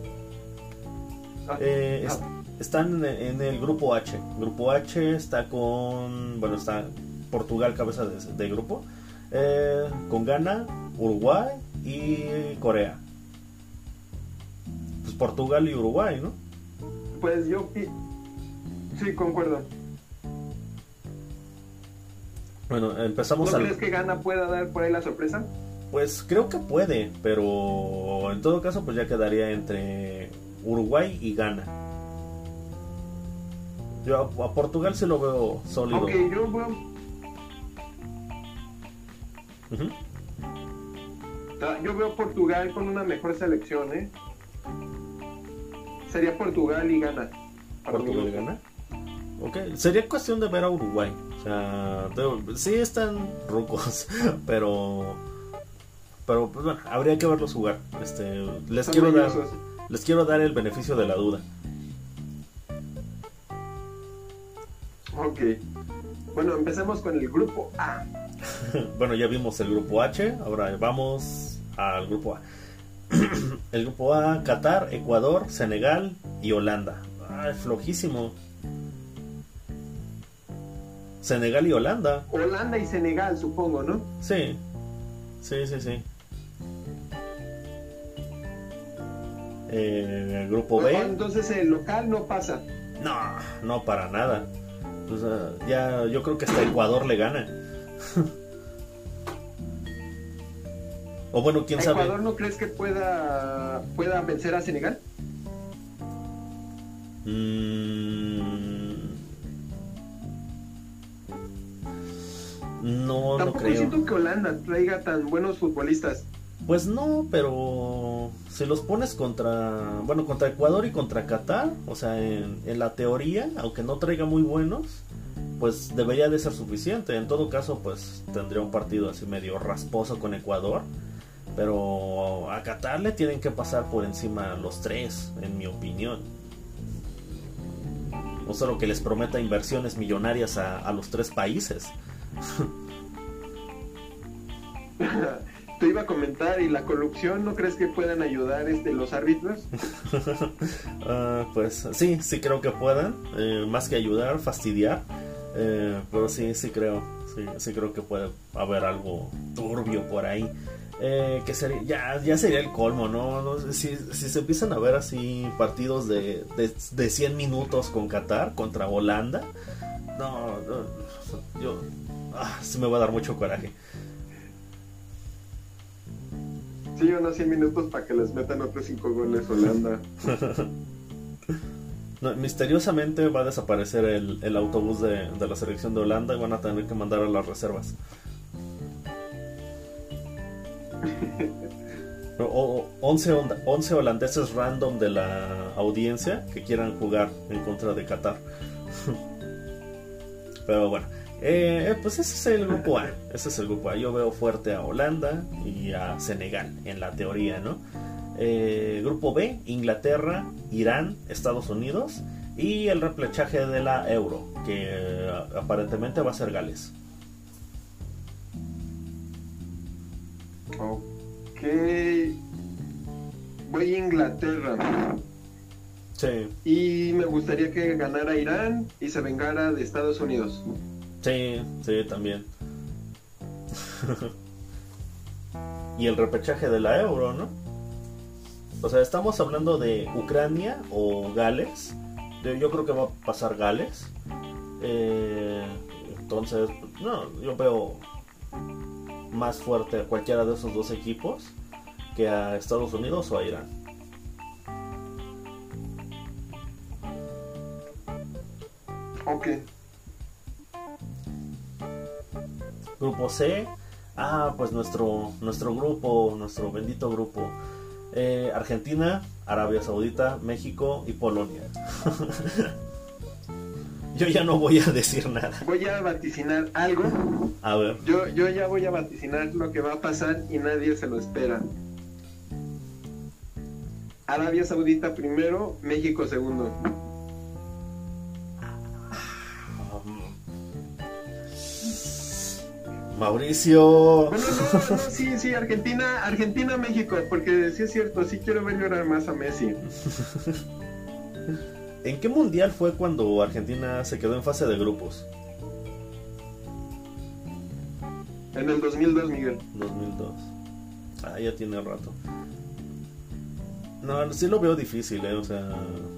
Están en el grupo H. Grupo H está está Portugal cabeza de grupo, con Ghana, Uruguay y Corea. Pues Portugal y Uruguay, ¿no? Pues yo sí concuerdo. Bueno, empezamos. ¿No crees que Ghana pueda dar por ahí la sorpresa? Pues creo que puede, pero en todo caso pues ya quedaría entre Uruguay y Ghana. Yo a Portugal sí lo veo sólido. Ok, yo veo... Uh-huh. Yo veo Portugal con una mejor selección, ¿eh? Sería Portugal y Ghana. ¿Portugal y Ghana? Ok, sería cuestión de ver a Uruguay. O sea, sí están rucos, pero pues bueno, habría que verlos jugar. Les quiero dar el beneficio de la duda. Ok. Bueno, empecemos con el grupo A. Bueno, ya vimos el grupo H, ahora vamos al grupo A. El grupo A, Qatar, Ecuador, Senegal y Holanda. Flojísimo. Senegal y Holanda. Holanda y Senegal, supongo, ¿no? Sí. El grupo B. Entonces el local no pasa. No para nada. Pues, ya yo creo que hasta Ecuador le gana. O bueno, quién sabe. ¿Ecuador no crees que pueda vencer a Senegal? No creo. Tampoco siento que Holanda traiga tan buenos futbolistas. Pues no, pero si los pones contra Ecuador y contra Qatar, o sea, en la teoría, aunque no traiga muy buenos, pues debería de ser suficiente. En todo caso, pues tendría un partido así medio rasposo con Ecuador, pero a Qatar le tienen que pasar por encima los 3, en mi opinión. No solo que les prometa inversiones millonarias a los 3 países. Te iba a comentar, ¿y la corrupción no crees que puedan ayudar los árbitros? Pues sí creo que puedan, más que ayudar, fastidiar, pero sí creo que puede haber algo turbio por ahí. Que sería, ya sería el colmo, ¿no? Si se empiezan a ver así partidos de 100 minutos con Qatar contra Holanda, yo sí me va a dar mucho coraje. Sí, unos 100 minutos para que les metan otros 5 goles Holanda. No, misteriosamente va a desaparecer el autobús de la selección de Holanda y van a tener que mandar a las reservas. O 11 holandeses random de la audiencia que quieran jugar en contra de Qatar. Pero bueno, pues ese es el grupo A. Ese es el grupo A. Yo veo fuerte a Holanda y a Senegal en la teoría, ¿no? Grupo B, Inglaterra, Irán, Estados Unidos y el repechaje de la Euro, que aparentemente va a ser Gales. Ok, voy a Inglaterra. Sí. Y me gustaría que ganara Irán y se vengara de Estados Unidos. Sí, también. Y el repechaje de la Euro, ¿no? O sea, estamos hablando de Ucrania o Gales. Yo creo que va a pasar Gales. Entonces, no, yo veo más fuerte a cualquiera de esos dos equipos que a Estados Unidos o a Irán. Ok. Grupo C. Pues nuestro grupo, nuestro bendito grupo. Argentina, Arabia Saudita, México y Polonia. Yo ya no voy a decir nada. Voy a vaticinar algo. A ver. Yo ya voy a vaticinar lo que va a pasar y nadie se lo espera. Arabia Saudita primero, México segundo. Mauricio. Bueno, no, sí, Argentina, México, porque sí es cierto, sí quiero ver llorar más a Messi. ¿En qué mundial fue cuando Argentina se quedó en fase de grupos? En el 2002, Miguel. 2002. Ya tiene rato. No, sí lo veo difícil, o sea...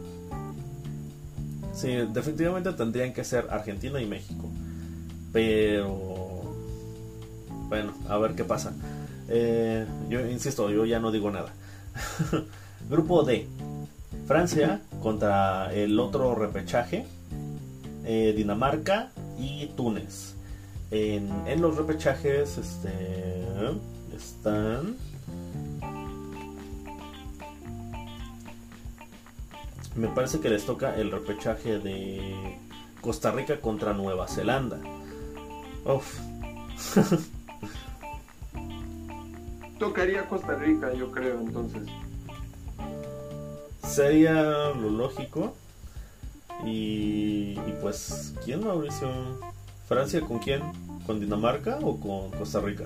Sí, definitivamente tendrían que ser Argentina y México. Pero... Bueno, a ver qué pasa. Yo insisto, yo ya no digo nada. Grupo D. Francia contra el otro repechaje. Dinamarca y Túnez. En los repechajes están... Me parece que les toca el repechaje de Costa Rica contra Nueva Zelanda. Uf. Tocaría Costa Rica, yo creo, entonces. Sería lo lógico. Y pues, ¿quién, Mauricio? ¿Francia con quién? ¿Con Dinamarca o con Costa Rica?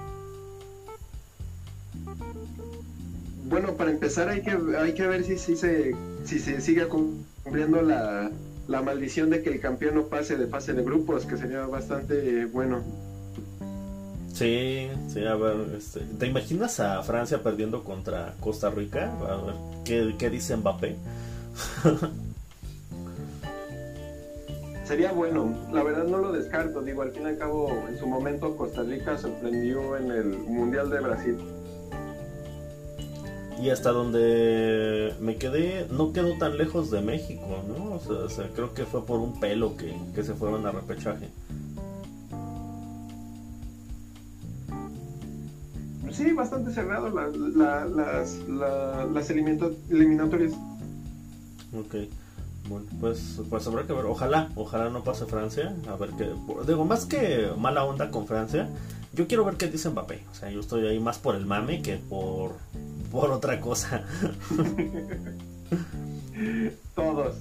Bueno, para empezar hay que ver si se sigue cumpliendo la maldición de que el campeón no pase de fase de grupos, que sería bastante bueno. Sí, a ver, ¿te imaginas a Francia perdiendo contra Costa Rica? A ver, ¿qué dice Mbappé? Sería bueno, la verdad no lo descarto, digo, al fin y al cabo, en su momento Costa Rica sorprendió en el Mundial de Brasil. Y hasta donde me quedé, no quedó tan lejos de México, ¿no? O sea, creo que fue por un pelo que se fueron a repechaje. Sí, bastante cerrado las eliminatorias. Ok, bueno, pues habrá que ver. Ojalá no pase Francia. A ver qué. Digo, más que mala onda con Francia, yo quiero ver qué dice Mbappé. O sea, yo estoy ahí más por el mame que por otra cosa. Todos.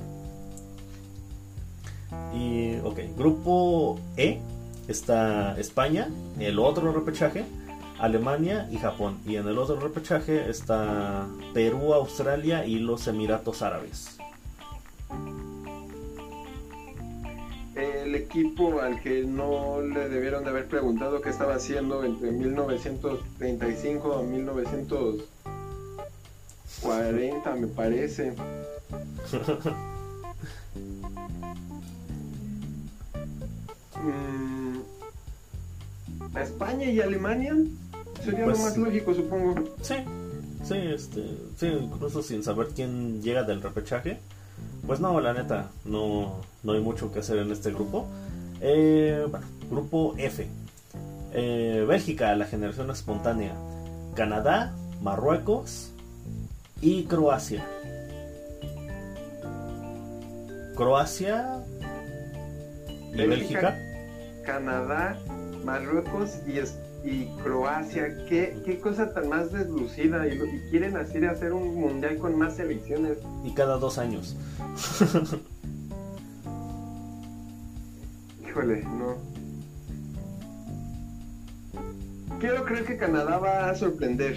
Y, ok, grupo E está España, el otro repechaje, Alemania y Japón. Y en el otro repechaje está Perú, Australia y los Emiratos Árabes. el equipo al que no le debieron de haber preguntado qué estaba haciendo entre 1935 a 1940, me parece. España y Alemania sería Pues, lo más lógico, supongo. Sí, sí, sí, incluso sin saber quién llega del repechaje. Pues no, la neta, no hay mucho que hacer en este grupo. Bueno, grupo F. Bélgica, la generación espontánea. Canadá, Marruecos y Croacia. Croacia y Bélgica. Canadá, Marruecos y Croacia. ¿Qué cosa tan más deslucida? Y quieren hacer un mundial con más selecciones. Y cada 2 años. Híjole, no. Quiero creer que Canadá va a sorprender.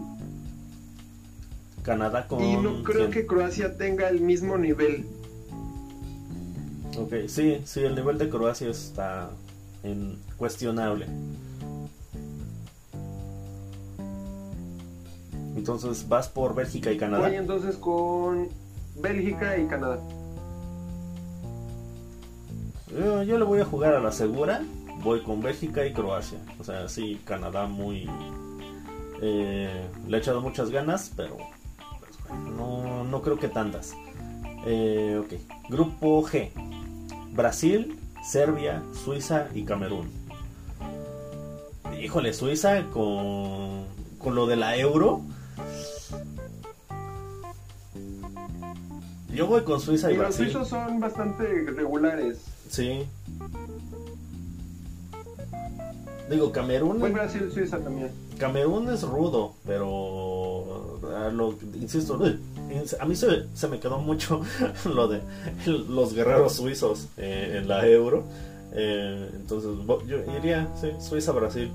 Canadá con... Y no creo que Croacia tenga el mismo nivel. Ok, sí, el nivel de Croacia está cuestionable. Entonces, ¿vas por Bélgica y Canadá? Voy entonces con Bélgica y Canadá. Yo le voy a jugar a la segura. Voy con Bélgica y Croacia. O sea, sí, Canadá muy... le ha echado muchas ganas, pero pues, bueno, no creo que tantas. Ok, grupo G. Brasil, Serbia, Suiza y Camerún. Híjole, Suiza con lo de la Euro. Yo voy con Suiza y Brasil. Los suizos son bastante regulares. Sí. Digo, Camerún. Voy Brasil, Suiza también. Camerún es rudo, pero insisto, a mí se me quedó mucho lo de los guerreros suizos en la Euro. Entonces yo iría, sí, Suiza-Brasil.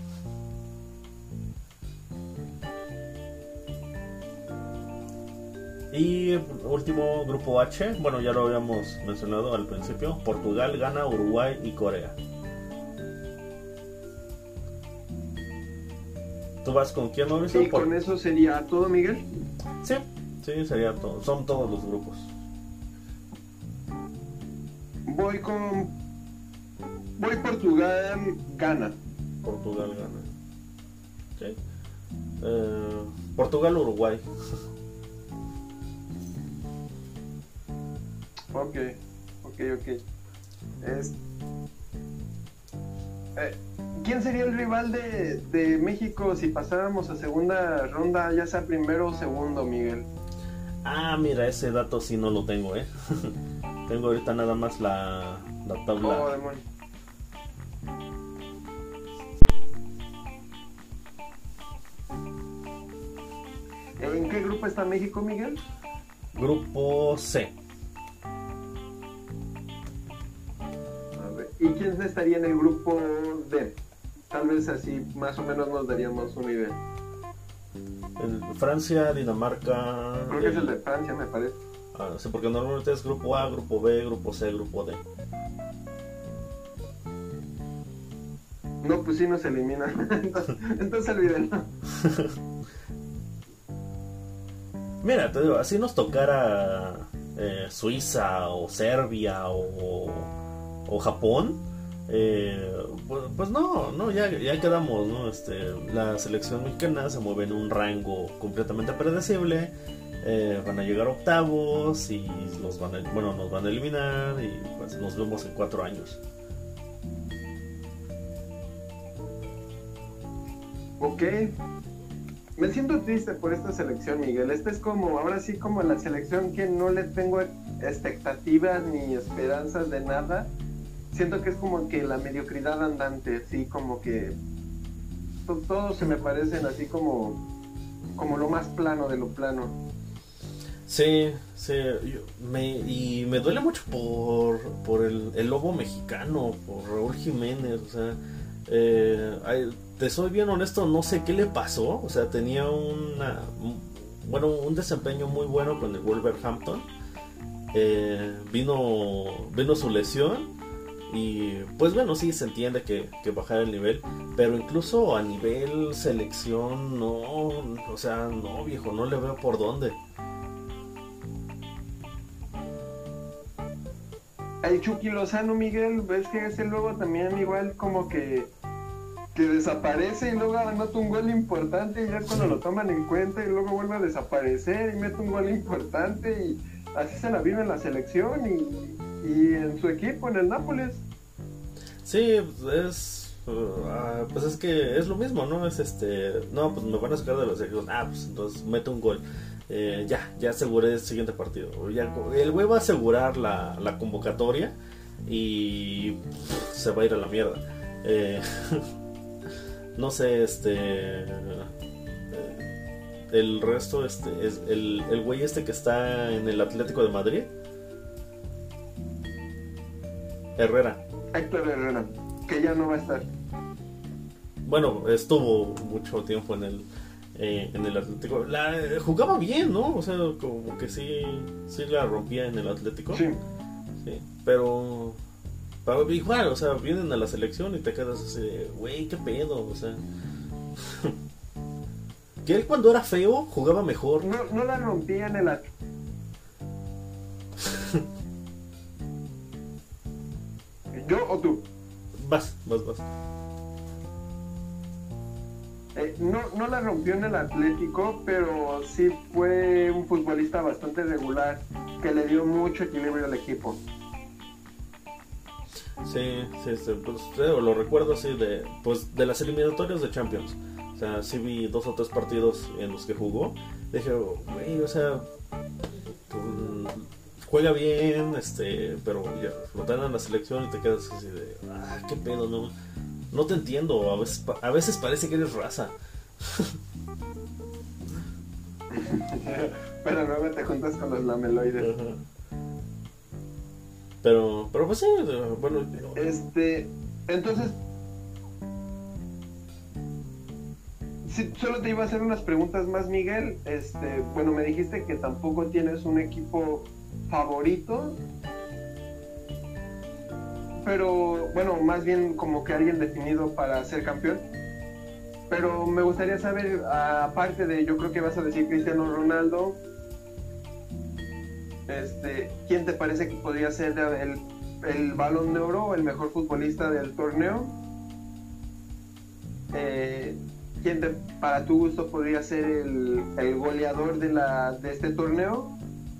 Y último, grupo H. Bueno, ya lo habíamos mencionado al principio. Portugal, Ghana, Uruguay y Corea. ¿Tú vas con quién, Mauricio? Sí, con eso sería todo, Miguel. Sí, sería todo. Son todos los grupos. Voy Portugal, Ghana. Portugal, Ghana. Sí. Portugal, Uruguay. Ok. ¿Quién sería el rival de México si pasáramos a segunda ronda, ya sea primero o segundo, Miguel? Ah, mira, ese dato sí no lo tengo, Tengo ahorita nada más la tabla. Oh, demonio. ¿En qué grupo está México, Miguel? Grupo C. A ver, ¿y quién estaría en el grupo D? Tal vez así más o menos nos daríamos una idea. Francia, Dinamarca. Creo que es el de Francia, me parece. Sí, porque normalmente es grupo A, grupo B, grupo C, grupo D. No, pues sí nos eliminan. entonces olvídenlo. Mira, te digo, así nos tocara Suiza o Serbia o Japón, pues no, ya quedamos, ¿no? La selección mexicana se mueve en un rango completamente predecible. Van a llegar a octavos y nos van a eliminar y pues nos vemos en 4 años. Ok. Me siento triste por esta selección, Miguel. Esta es como, ahora sí, como la selección que no le tengo expectativas ni esperanzas de nada. Siento que es como que la mediocridad andante, así como que todos se me parecen así como lo más plano de lo plano. Sí, y me duele mucho por el lobo mexicano, por Raúl Jiménez, o sea, te soy bien honesto, no sé qué le pasó, o sea, tenía un desempeño muy bueno con el Wolverhampton, vino su lesión Y pues bueno, sí, se entiende que bajar el nivel, pero incluso a nivel selección, no, o sea, no, viejo, no le veo por dónde. El Chucky Lozano, Miguel, ves que ese luego también igual como que desaparece y luego anota un gol importante y ya es cuando lo toman en cuenta y luego vuelve a desaparecer y mete un gol importante y así se la vive en la selección y en su equipo, en el Nápoles. Sí, pues es que es lo mismo, ¿no? No, pues me van a sacar de la selección, pues entonces mete un gol. Ya aseguré el siguiente partido. El güey va a asegurar la convocatoria y se va a ir a la mierda. No sé, el resto, es el güey que está en el Atlético de Madrid, Herrera. Héctor Herrera, que ya no va a estar. Bueno, estuvo mucho tiempo en el Atlético. Jugaba bien, ¿no? O sea, como que sí la rompía en el Atlético. Sí. Sí, pero igual, o sea, vienen a la selección y te quedas así de, güey, qué pedo, o sea. Que él cuando era feo jugaba mejor. No la rompía en el ¿Yo o tú? Vas. No la rompió en el Atlético, pero sí fue un futbolista bastante regular que le dio mucho equilibrio al equipo. Sí, pues lo recuerdo así de las eliminatorias de Champions. O sea, sí vi 2 o 3 partidos en los que jugó. Dije, güey, o sea, juega bien, pero ya lo traen a la selección y te quedas así de, qué pedo, no te entiendo, a veces parece que eres raza. Pero luego te juntas con los lameloides. Ajá. Pero pues sí, bueno. Entonces, sí, solo te iba a hacer unas preguntas más, Miguel. Bueno, me dijiste que tampoco tienes un equipo favorito, pero bueno, más bien como que alguien definido para ser campeón. Pero me gustaría saber, aparte de, yo creo que vas a decir Cristiano Ronaldo, ¿quién te parece que podría ser el Balón de Oro o el mejor futbolista del torneo? ¿Quién para tu gusto podría ser el goleador de este torneo?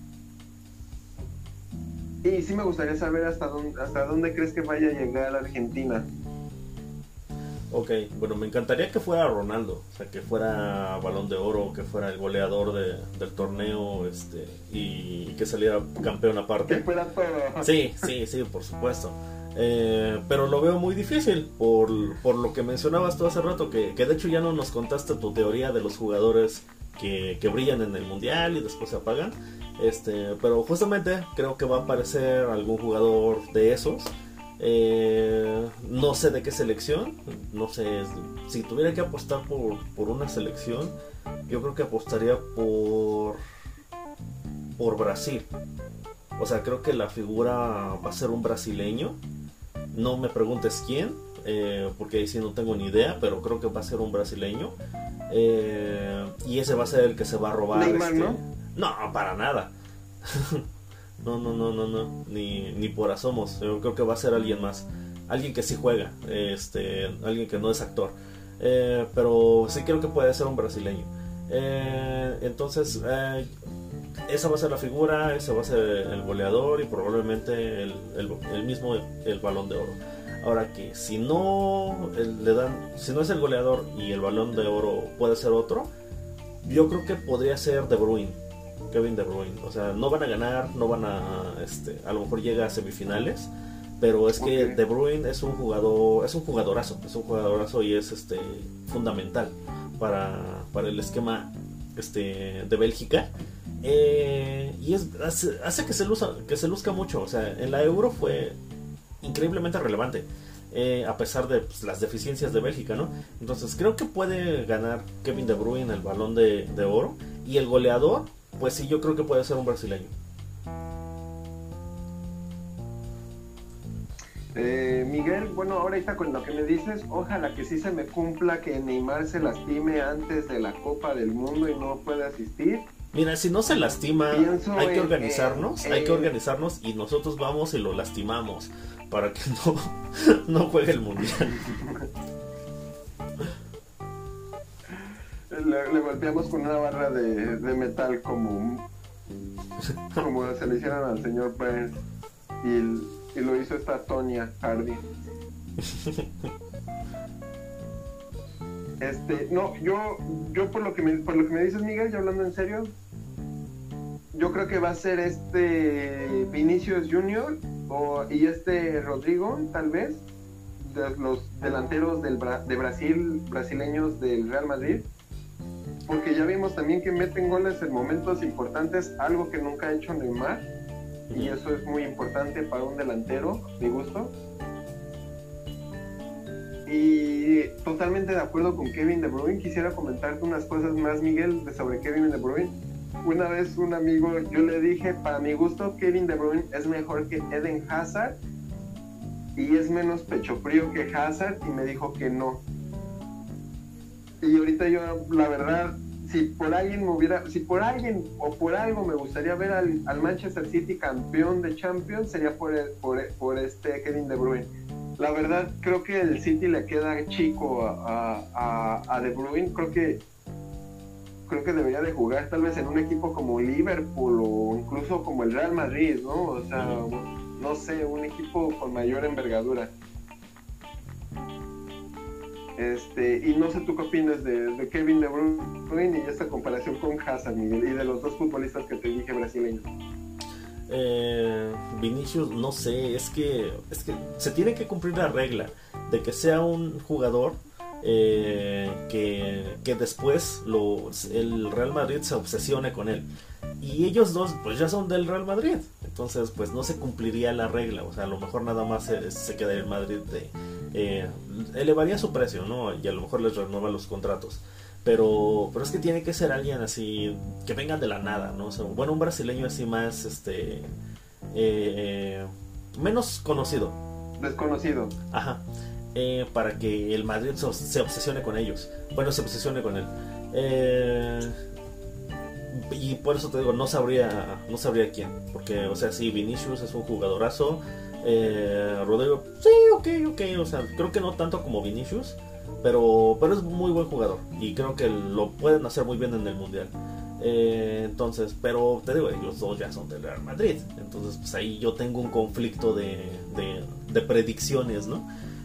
Y sí me gustaría saber hasta dónde crees que vaya a llegar Argentina. Ok, bueno, me encantaría que fuera Ronaldo, o sea, que fuera Balón de Oro, que fuera el goleador del torneo, y que saliera campeón aparte. Que fuera todo. Sí, por supuesto. Pero lo veo muy difícil por lo que mencionabas tú hace rato, que de hecho ya no nos contaste tu teoría de los jugadores que brillan en el mundial y después se apagan. Pero justamente creo que va a aparecer algún jugador de esos. No sé de qué selección, no sé, si tuviera que apostar por una selección, yo creo que apostaría por Brasil. O sea, creo que la figura va a ser un brasileño. No me preguntes quién, porque ahí sí no tengo ni idea, pero creo que va a ser un brasileño. Y ese va a ser el que se va a robar. Neymar, ¿no? No, para nada. No, ni por asomos. Yo creo que va a ser alguien más, alguien que sí juega, alguien que no es actor, pero sí creo que puede ser un brasileño. Entonces, esa va a ser la figura, ese va a ser el goleador y probablemente el mismo el Balón de Oro. Ahora que si no si no es el goleador y el Balón de Oro puede ser otro, yo creo que podría ser De Bruyne. Kevin De Bruyne, o sea, no van a ganar, no van a lo mejor llega a semifinales, pero es que De Bruyne es un jugadorazo y es fundamental para el esquema de Bélgica, y hace que se luzca mucho, o sea, en la Euro fue increíblemente relevante, a pesar de las deficiencias de Bélgica, ¿no? Entonces creo que puede ganar Kevin De Bruyne el Balón de Oro, y el goleador, pues sí, yo creo que puede ser un brasileño. Miguel, bueno, ahorita con lo que me dices, ojalá que sí se me cumpla que Neymar se lastime antes de la Copa del Mundo y no pueda asistir. Mira, si no se lastima, Pienso hay que en- organizarnos, hay que organizarnos y nosotros vamos y lo lastimamos para que no, no juegue el mundial. Le golpeamos con una barra de metal como se le hicieron al señor Burns y lo hizo esta Tonya Hardy. No, yo por lo que me dices, Miguel, ya hablando en serio, yo creo que va a ser Vinicius Junior y Rodrigo, tal vez, de los delanteros de Brasil, brasileños del Real Madrid, porque ya vimos también que meten goles en momentos importantes, algo que nunca ha hecho Neymar, y eso es muy importante para un delantero, mi gusto. Y totalmente de acuerdo con Kevin De Bruyne. Quisiera comentarte unas cosas más, Miguel, sobre Kevin De Bruyne. Una vez un amigo, yo le dije, para mi gusto, Kevin De Bruyne es mejor que Eden Hazard y es menos pecho frío que Hazard, y me dijo que no. Y ahorita yo, la verdad, si por alguien o por algo me gustaría ver al Manchester City campeón de Champions, sería por Kevin De Bruyne. La verdad, creo que el City le queda chico a De Bruyne. Creo que debería de jugar tal vez en un equipo como Liverpool o incluso como el Real Madrid, ¿no? O sea, no sé, un equipo con mayor envergadura. Y no sé tú qué opinas de Kevin De Bruyne y esta comparación con Hazard, Miguel, y de los dos futbolistas que te dije brasileños. Vinicius, no sé, es que se tiene que cumplir la regla de que sea un jugador que después el Real Madrid se obsesione con él, y ellos dos pues ya son del Real Madrid, entonces pues no se cumpliría la regla. O sea, a lo mejor nada más se quedaría el Madrid elevaría su precio, ¿no? Y a lo mejor les renueva los contratos. Pero es que tiene que ser alguien así que venga de la nada, ¿no? O sea, bueno, un brasileño así más menos conocido, Desconocido. ajá, para que el Madrid se obsesione con ellos. Bueno, se obsesione con él. Y por eso te digo, no sabría quién, porque, o sea, sí, Vinicius es un jugadorazo. Rodrigo, sí, ok, o sea, creo que no tanto como Vinicius, pero es muy buen jugador y creo que lo pueden hacer muy bien en el mundial. Entonces, pero te digo, ellos dos ya son del Real Madrid, entonces pues ahí yo tengo un conflicto de predicciones, ¿no?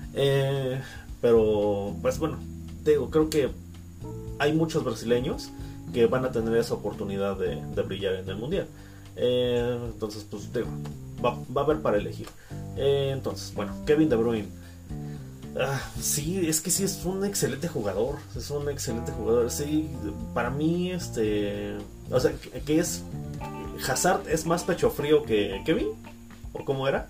Pero pues bueno, te digo, creo que hay muchos brasileños que van a tener esa oportunidad de brillar en el mundial. Entonces pues te digo, va a haber para elegir. Entonces, bueno, Kevin De Bruyne. Sí, es que sí es un excelente jugador. Es un excelente jugador. Sí, para mí, o sea, que es Hazard es más pecho frío que Kevin, ¿o cómo era?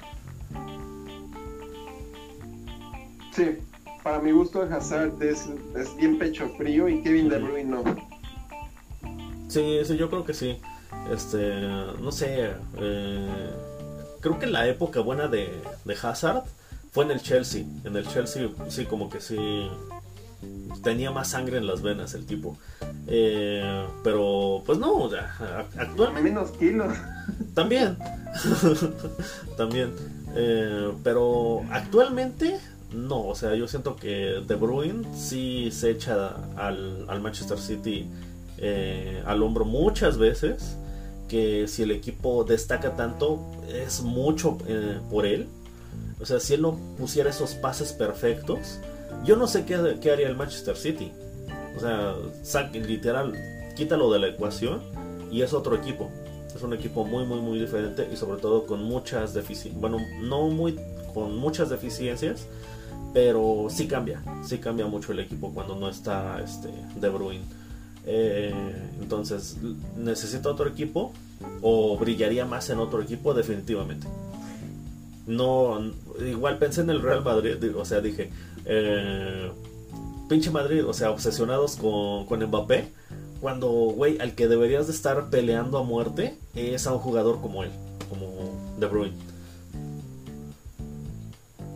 Sí, para mi gusto Hazard es bien pecho frío y Kevin De Bruyne no. Sí, yo creo que sí. No sé. Creo que la época buena de Hazard fue en el Chelsea. En el Chelsea, sí, como que sí tenía más sangre en las venas el tipo. Pero, pues no, o sea, actualmente. Menos kilos. También. También. Pero actualmente, no. O sea, yo siento que De Bruyne sí se echa al Manchester City al hombro muchas veces. Que si el equipo destaca tanto, es mucho por él. O sea, si él no pusiera esos pases perfectos, yo no sé qué haría el Manchester City. O sea, literal, quítalo de la ecuación y es otro equipo. Es un equipo muy, muy, muy diferente y sobre todo con muchas deficiencias. Bueno, con muchas deficiencias, pero sí cambia mucho el equipo cuando no está De Bruyne. Entonces, ¿necesita otro equipo o brillaría más en otro equipo? Definitivamente. No, igual pensé en el Real Madrid, o sea, dije, pinche Madrid, o sea, obsesionados con Mbappé, cuando, güey, al que deberías de estar peleando a muerte es a un jugador como él, como De Bruyne.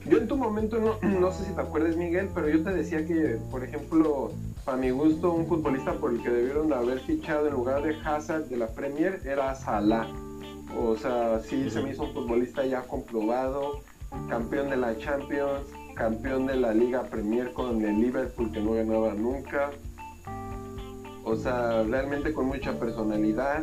Yo en tu momento, no sé si te acuerdas, Miguel, pero yo te decía que, por ejemplo, para mi gusto, un futbolista por el que debieron de haber fichado en lugar de Hazard de la Premier era Salah. O sea, sí se me hizo un futbolista ya comprobado, campeón de la Champions, campeón de la Liga Premier con el Liverpool que no ganaba nunca. O sea, realmente con mucha personalidad.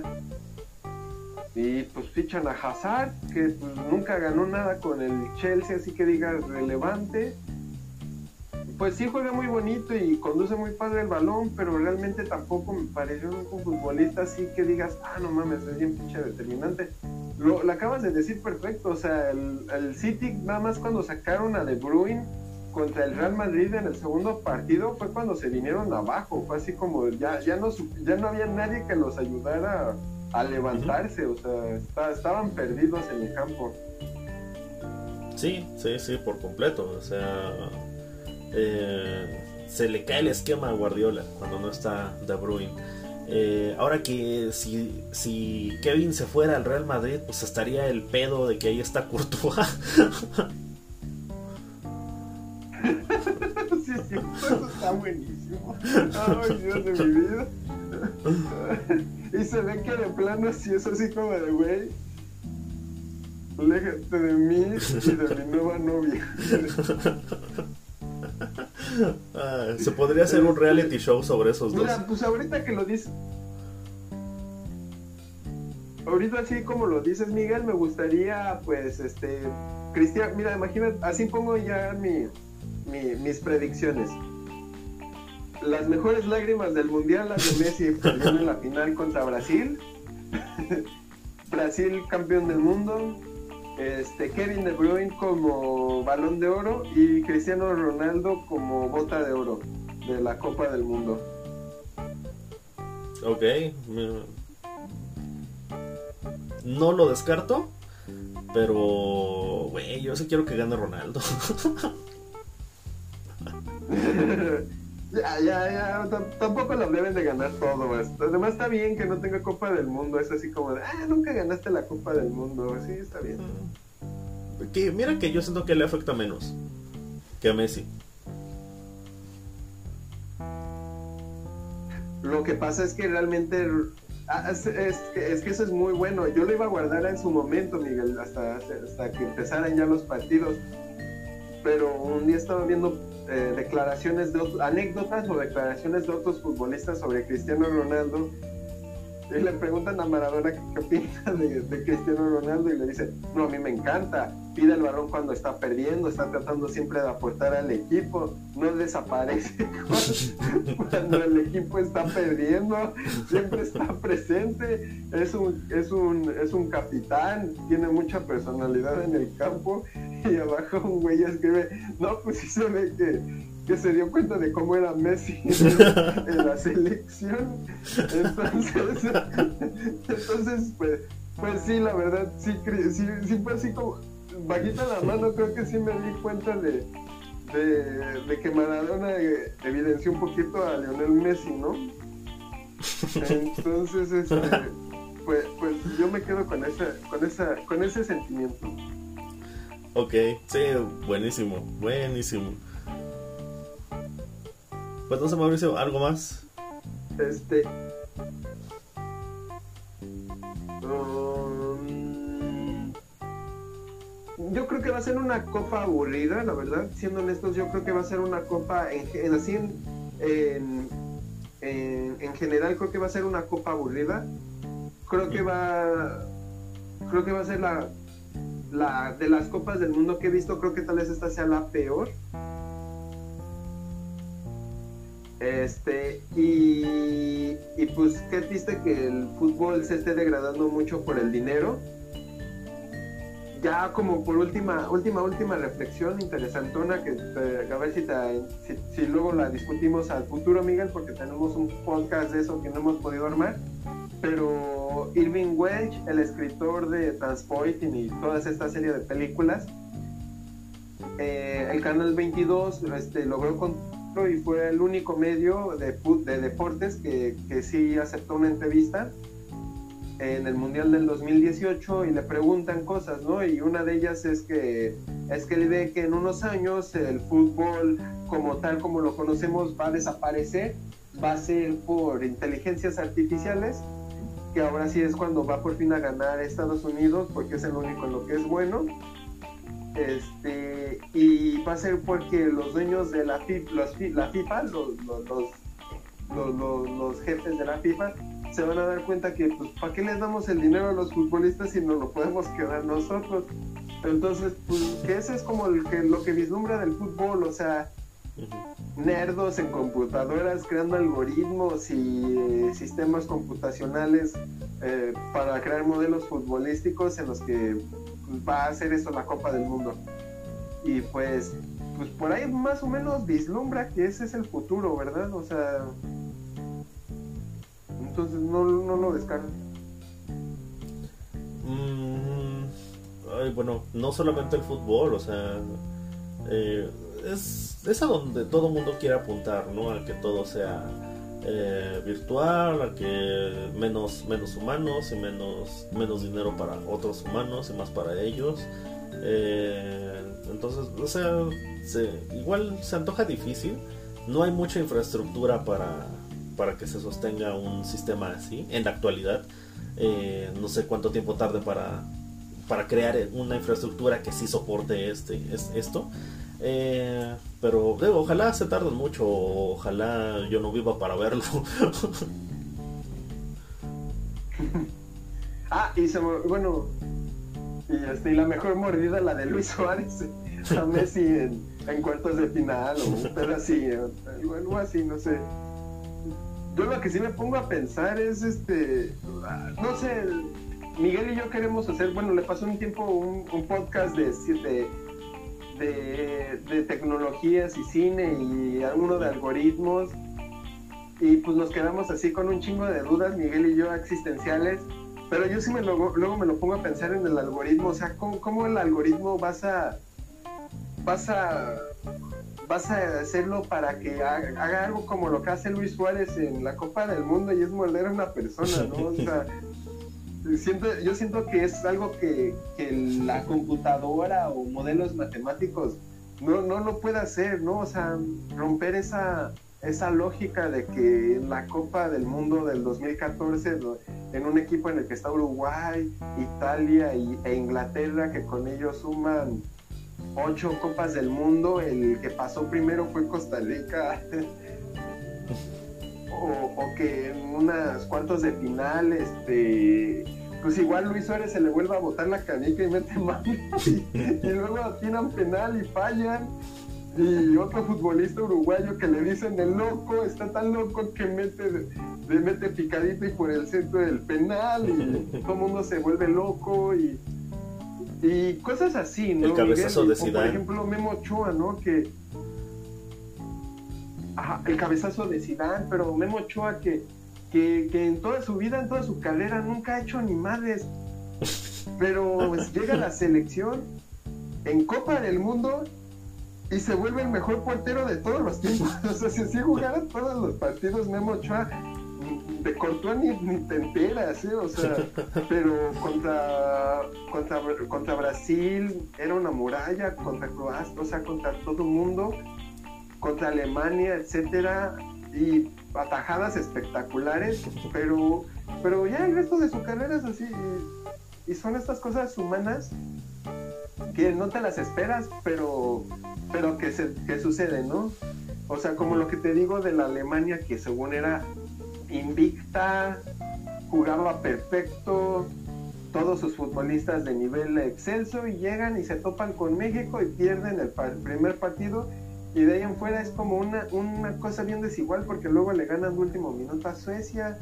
Y pues fichan a Hazard, que pues nunca ganó nada con el Chelsea, así que diga relevante. Pues sí juega muy bonito y conduce muy padre el balón, pero realmente tampoco me pareció un futbolista así que digas, no mames, es bien pinche determinante. Lo acabas de decir perfecto, o sea, el City nada más cuando sacaron a De Bruyne contra el Real Madrid en el segundo partido fue cuando se vinieron abajo, fue así como ya no había nadie que los ayudara a levantarse, o sea, estaban perdidos en el campo. Sí, por completo, o sea, se le cae el esquema a Guardiola cuando no está De Bruyne. Ahora que si Kevin se fuera al Real Madrid, pues estaría el pedo de que ahí está Courtois. Sí, eso está buenísimo. Ay, Dios de mi vida. Y se ve que de plano sí es así como de güey, aléjate de mí y de mi nueva novia. Se podría hacer un reality show sobre esos dos. Mira, pues ahorita que lo dices, ahorita así como lo dices, Miguel, me gustaría pues Cristian, mira, imagínate, así pongo ya mis predicciones. Las mejores lágrimas del mundial, las de Messi perdiendo en la final contra Brasil. Brasil campeón del mundo. Kevin De Bruyne como Balón de Oro y Cristiano Ronaldo como Bota de Oro de la Copa del Mundo. Ok. No lo descarto, pero güey, yo sí quiero que gane Ronaldo. Ya, tampoco lo deben de ganar todo. Además está bien que no tenga Copa del Mundo, es así como de, nunca ganaste la Copa del Mundo, sí, está bien. Mira que yo siento que le afecta menos que a Messi. Lo que pasa es que realmente es que eso es muy bueno. Yo lo iba a guardar en su momento, Miguel, hasta que empezaran ya los partidos. Pero un día estaba viendo declaraciones anécdotas o declaraciones de otros futbolistas sobre Cristiano Ronaldo y le preguntan a Maradona qué opina de Cristiano Ronaldo y le dice, no, a mí me encanta, pide el balón cuando está perdiendo, está tratando siempre de aportar al equipo, no desaparece cuando el equipo está perdiendo, siempre está presente, es un capitán, tiene mucha personalidad en el campo. Y abajo un güey escribe, no, pues sí se ve que se dio cuenta de cómo era Messi en la selección. Entonces pues sí, la verdad, sí fue así como, bajita la mano, creo que sí me di cuenta de que Maradona evidenció un poquito a Lionel Messi, ¿no? Entonces, pues yo me quedo con ese sentimiento. Ok, sí, buenísimo. Pues no sé, Mauricio, ¿algo más? Yo creo que va a ser una copa aburrida, la verdad. Siendo honestos, yo creo que va a ser una copa en general creo que va a ser una copa aburrida. Creo que va a ser la de las copas del mundo que he visto, creo que tal vez esta sea la peor. Y pues qué triste que el fútbol se esté degradando mucho por el dinero. Ya como por última reflexión interesantona, que a ver si luego la discutimos al futuro, Miguel, porque tenemos un podcast de eso que no hemos podido armar. Pero Irving Welsh, el escritor de Transporting y toda esta serie de películas, el Canal 22 logró control y fue el único medio de deportes que sí aceptó una entrevista en el Mundial del 2018 y le preguntan cosas, ¿no? Y una de ellas es que él ve que en unos años el fútbol como tal, como lo conocemos, va a desaparecer, va a ser por inteligencias artificiales, que ahora sí es cuando va por fin a ganar Estados Unidos, porque es el único en lo que es bueno. Y va a ser porque los dueños de la FIFA, los jefes de la FIFA, se van a dar cuenta que, pues, ¿para qué les damos el dinero a los futbolistas si no lo podemos quedar nosotros? Entonces, pues, que eso es como lo que vislumbra del fútbol, o sea, nerdos en computadoras creando algoritmos y sistemas computacionales para crear modelos futbolísticos en los que va a hacer eso la Copa del Mundo. Y pues por ahí más o menos vislumbra que ese es el futuro, ¿verdad? O sea, entonces no lo descarto. Bueno, no solamente el fútbol, o sea, es a donde todo el mundo quiere apuntar, ¿no? A que todo sea virtual, a que menos humanos y menos dinero para otros humanos y más para ellos. Entonces, o sea, igual se antoja difícil. No hay mucha infraestructura para que se sostenga un sistema así en la actualidad. No sé cuánto tiempo tarde para crear una infraestructura que sí soporte esto. Pero ojalá se tarden mucho, ojalá yo no viva para verlo. Y la mejor mordida, la de Luis Suárez a Messi en cuartos de final o un pedo así, algo así, no sé. Yo lo que sí me pongo a pensar es no sé, Miguel y yo queremos hacer, le pasó un tiempo un podcast de tecnologías y cine y alguno de algoritmos, y pues nos quedamos así con un chingo de dudas, Miguel y yo, existenciales. Pero yo sí luego me lo pongo a pensar en el algoritmo, o sea, ¿cómo el algoritmo vas a hacerlo para que haga algo como lo que hace Luis Suárez en la Copa del Mundo, y es morder a una persona, ¿no? O sea, yo siento que es algo que la computadora o modelos matemáticos no lo puede hacer, ¿no? O sea, romper esa lógica de que la Copa del Mundo del 2014, en un equipo en el que está Uruguay, Italia e Inglaterra, que con ellos suman 8 Copas del Mundo, el que pasó primero fue Costa Rica, o que en unas cuartos de final, pues igual Luis Suárez se le vuelve a botar la canica y mete mano, y luego atinan penal y fallan. Y otro futbolista uruguayo que le dicen el loco, está tan loco que mete picadito y por el centro del penal, y todo el mundo se vuelve loco y cosas así, ¿no? El cabezazo Miguel, de Zidane. por ejemplo, Memo Ochoa, ¿no? El cabezazo de Zidane, pero Memo Ochoa que en toda su vida, en toda su carrera, nunca ha hecho ni madres. Pero pues, llega a la selección en Copa del Mundo y se vuelve el mejor portero de todos los tiempos. O sea, si jugara todos los partidos Memo Ochoa, de Courtois ni te enteras, ¿eh? O sea, pero contra Brasil era una muralla, contra Croacia, o sea, contra todo el mundo, contra Alemania, etcétera, y atajadas espectaculares, pero ya el resto de su carrera es así, y son estas cosas humanas que no te las esperas, pero que suceden, ¿no? O sea, como lo que te digo de la Alemania, que según era invicta, jugaba perfecto, todos sus futbolistas de nivel excelso, y llegan y se topan con México y pierden el primer partido, y de ahí en fuera es como una cosa bien desigual, porque luego le ganan de último minuto a Suecia.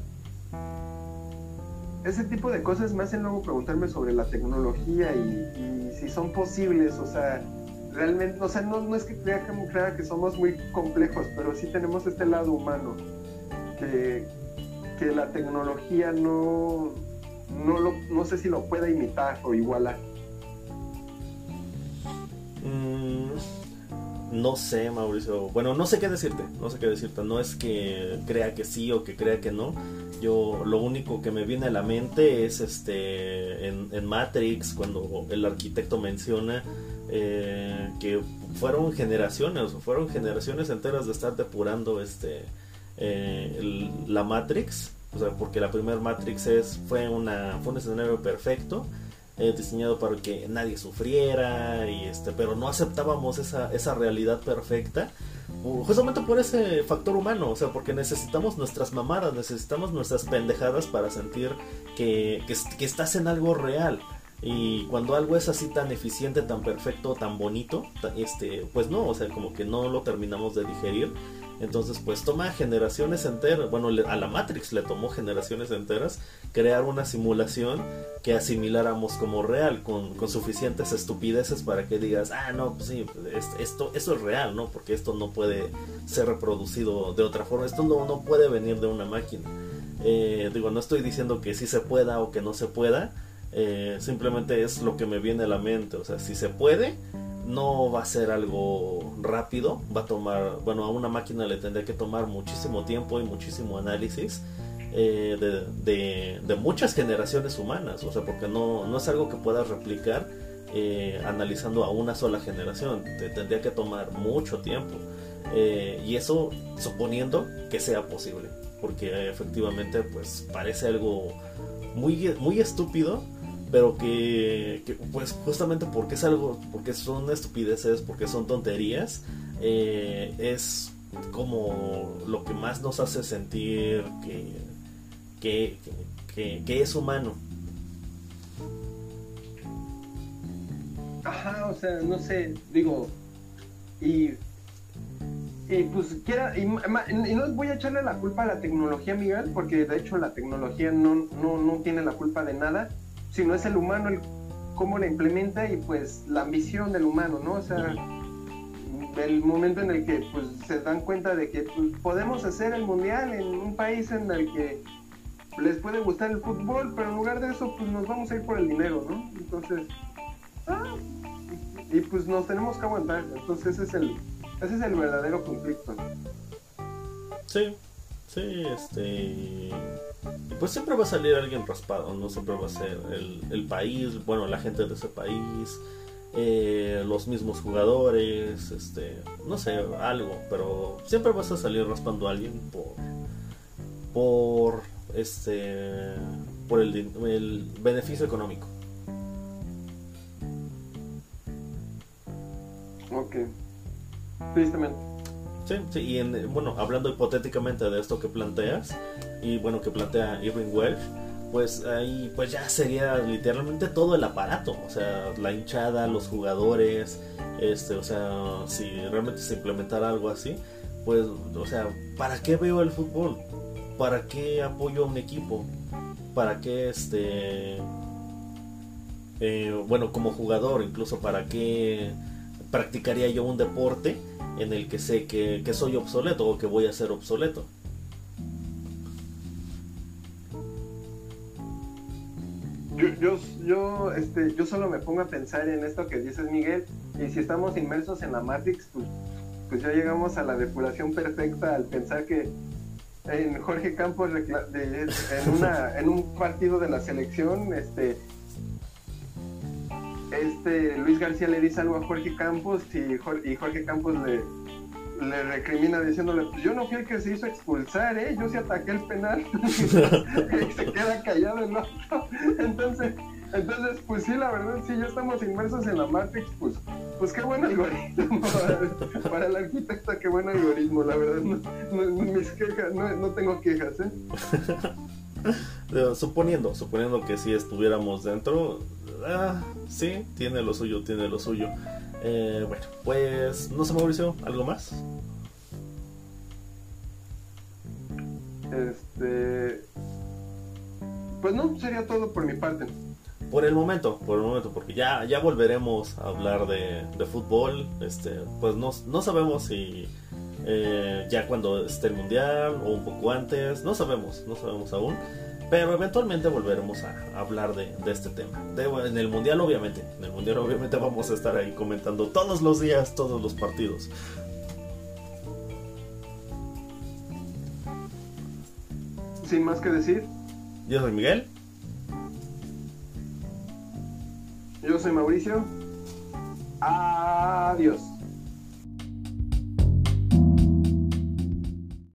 Ese tipo de cosas me hacen luego preguntarme sobre la tecnología y si son posibles, o sea, realmente, o sea, no es que crea que somos muy complejos, pero sí tenemos este lado humano, que la tecnología no sé si lo pueda imitar o igualar. No sé, Mauricio. Bueno, no sé qué decirte. No sé qué decirte. No es que crea que sí o que crea que no. Yo lo único que me viene a la mente es en Matrix, cuando el arquitecto menciona que fueron generaciones enteras de estar depurando la Matrix. O sea, porque la primera Matrix fue un escenario perfecto, diseñado para que nadie sufriera, pero no aceptábamos esa realidad perfecta, justamente por ese factor humano. O sea, porque necesitamos nuestras mamadas, necesitamos nuestras pendejadas para sentir que estás en algo real. Y cuando algo es así tan eficiente, tan perfecto, tan bonito, pues no, o sea, como que no lo terminamos de digerir. Entonces pues toma generaciones enteras, bueno, a la Matrix le tomó generaciones enteras crear una simulación que asimiláramos como real, con suficientes estupideces para que digas, no, pues sí, esto es real, ¿no? Porque esto no puede ser reproducido de otra forma, esto no puede venir de una máquina. No estoy diciendo que sí se pueda o que no se pueda, simplemente es lo que me viene a la mente. O sea, si se puede, no va a ser algo rápido, va a tomar, a una máquina le tendría que tomar muchísimo tiempo y muchísimo análisis de muchas generaciones humanas. O sea, porque no es algo que puedas replicar analizando a una sola generación, te tendría que tomar mucho tiempo, y eso suponiendo que sea posible, porque efectivamente pues parece algo muy, muy estúpido, pero que pues justamente porque son estupideces, porque son tonterías, es como lo que más nos hace sentir que es humano. Ajá, o sea, no sé, digo, y pues y no voy a echarle la culpa a la tecnología, Miguel, porque de hecho la tecnología no tiene la culpa de nada, sino es el humano cómo la implementa, y pues la ambición del humano, ¿no? O sea, el momento en el que pues se dan cuenta de que pues, podemos hacer el mundial en un país en el que les puede gustar el fútbol, pero en lugar de eso pues nos vamos a ir por el dinero, ¿no? Entonces, y pues nos tenemos que aguantar. Entonces ese es el verdadero conflicto. Sí, pues siempre va a salir alguien raspado, no siempre va a ser el país, la gente de ese país, los mismos jugadores, no sé, algo, pero siempre vas a salir raspando a alguien por el beneficio económico. Ok, tristemente. Sí, y hablando hipotéticamente de esto que planteas, y que plantea Irving Welsh, pues ahí pues ya sería literalmente todo el aparato, o sea, la hinchada, los jugadores, o sea, si realmente se implementara algo así, pues, o sea, ¿para qué veo el fútbol? ¿Para qué apoyo a un equipo? ¿Para qué como jugador, incluso para qué practicaría yo un deporte en el que sé que soy obsoleto o que voy a ser obsoleto? Yo solo me pongo a pensar en esto que dices, Miguel, y si estamos inmersos en la Matrix, pues ya llegamos a la depuración perfecta al pensar que en Jorge Campos en un partido de la selección, Luis García le dice algo a Jorge Campos y Jorge Campos le recrimina diciéndole, pues yo no fui el que se hizo expulsar, yo sí ataqué el penal. Y se queda callado el otro. Entonces, pues sí, la verdad, sí, ya estamos inmersos en la Matrix, pues qué buen algoritmo. Para el arquitecto, qué buen algoritmo, la verdad, mis quejas, no tengo quejas, Suponiendo que si estuviéramos dentro, sí, tiene lo suyo. Pues no sé, Mauricio, ¿algo más? Pues no, sería todo por mi parte. Por el momento, porque ya volveremos a hablar de fútbol. Pues no sabemos si ya cuando esté el mundial o un poco antes, no sabemos aún. Pero eventualmente volveremos a hablar de este tema. En el Mundial obviamente. En el Mundial obviamente vamos a estar ahí comentando todos los días, todos los partidos. Sin más que decir. Yo soy Miguel. Yo soy Mauricio. Adiós.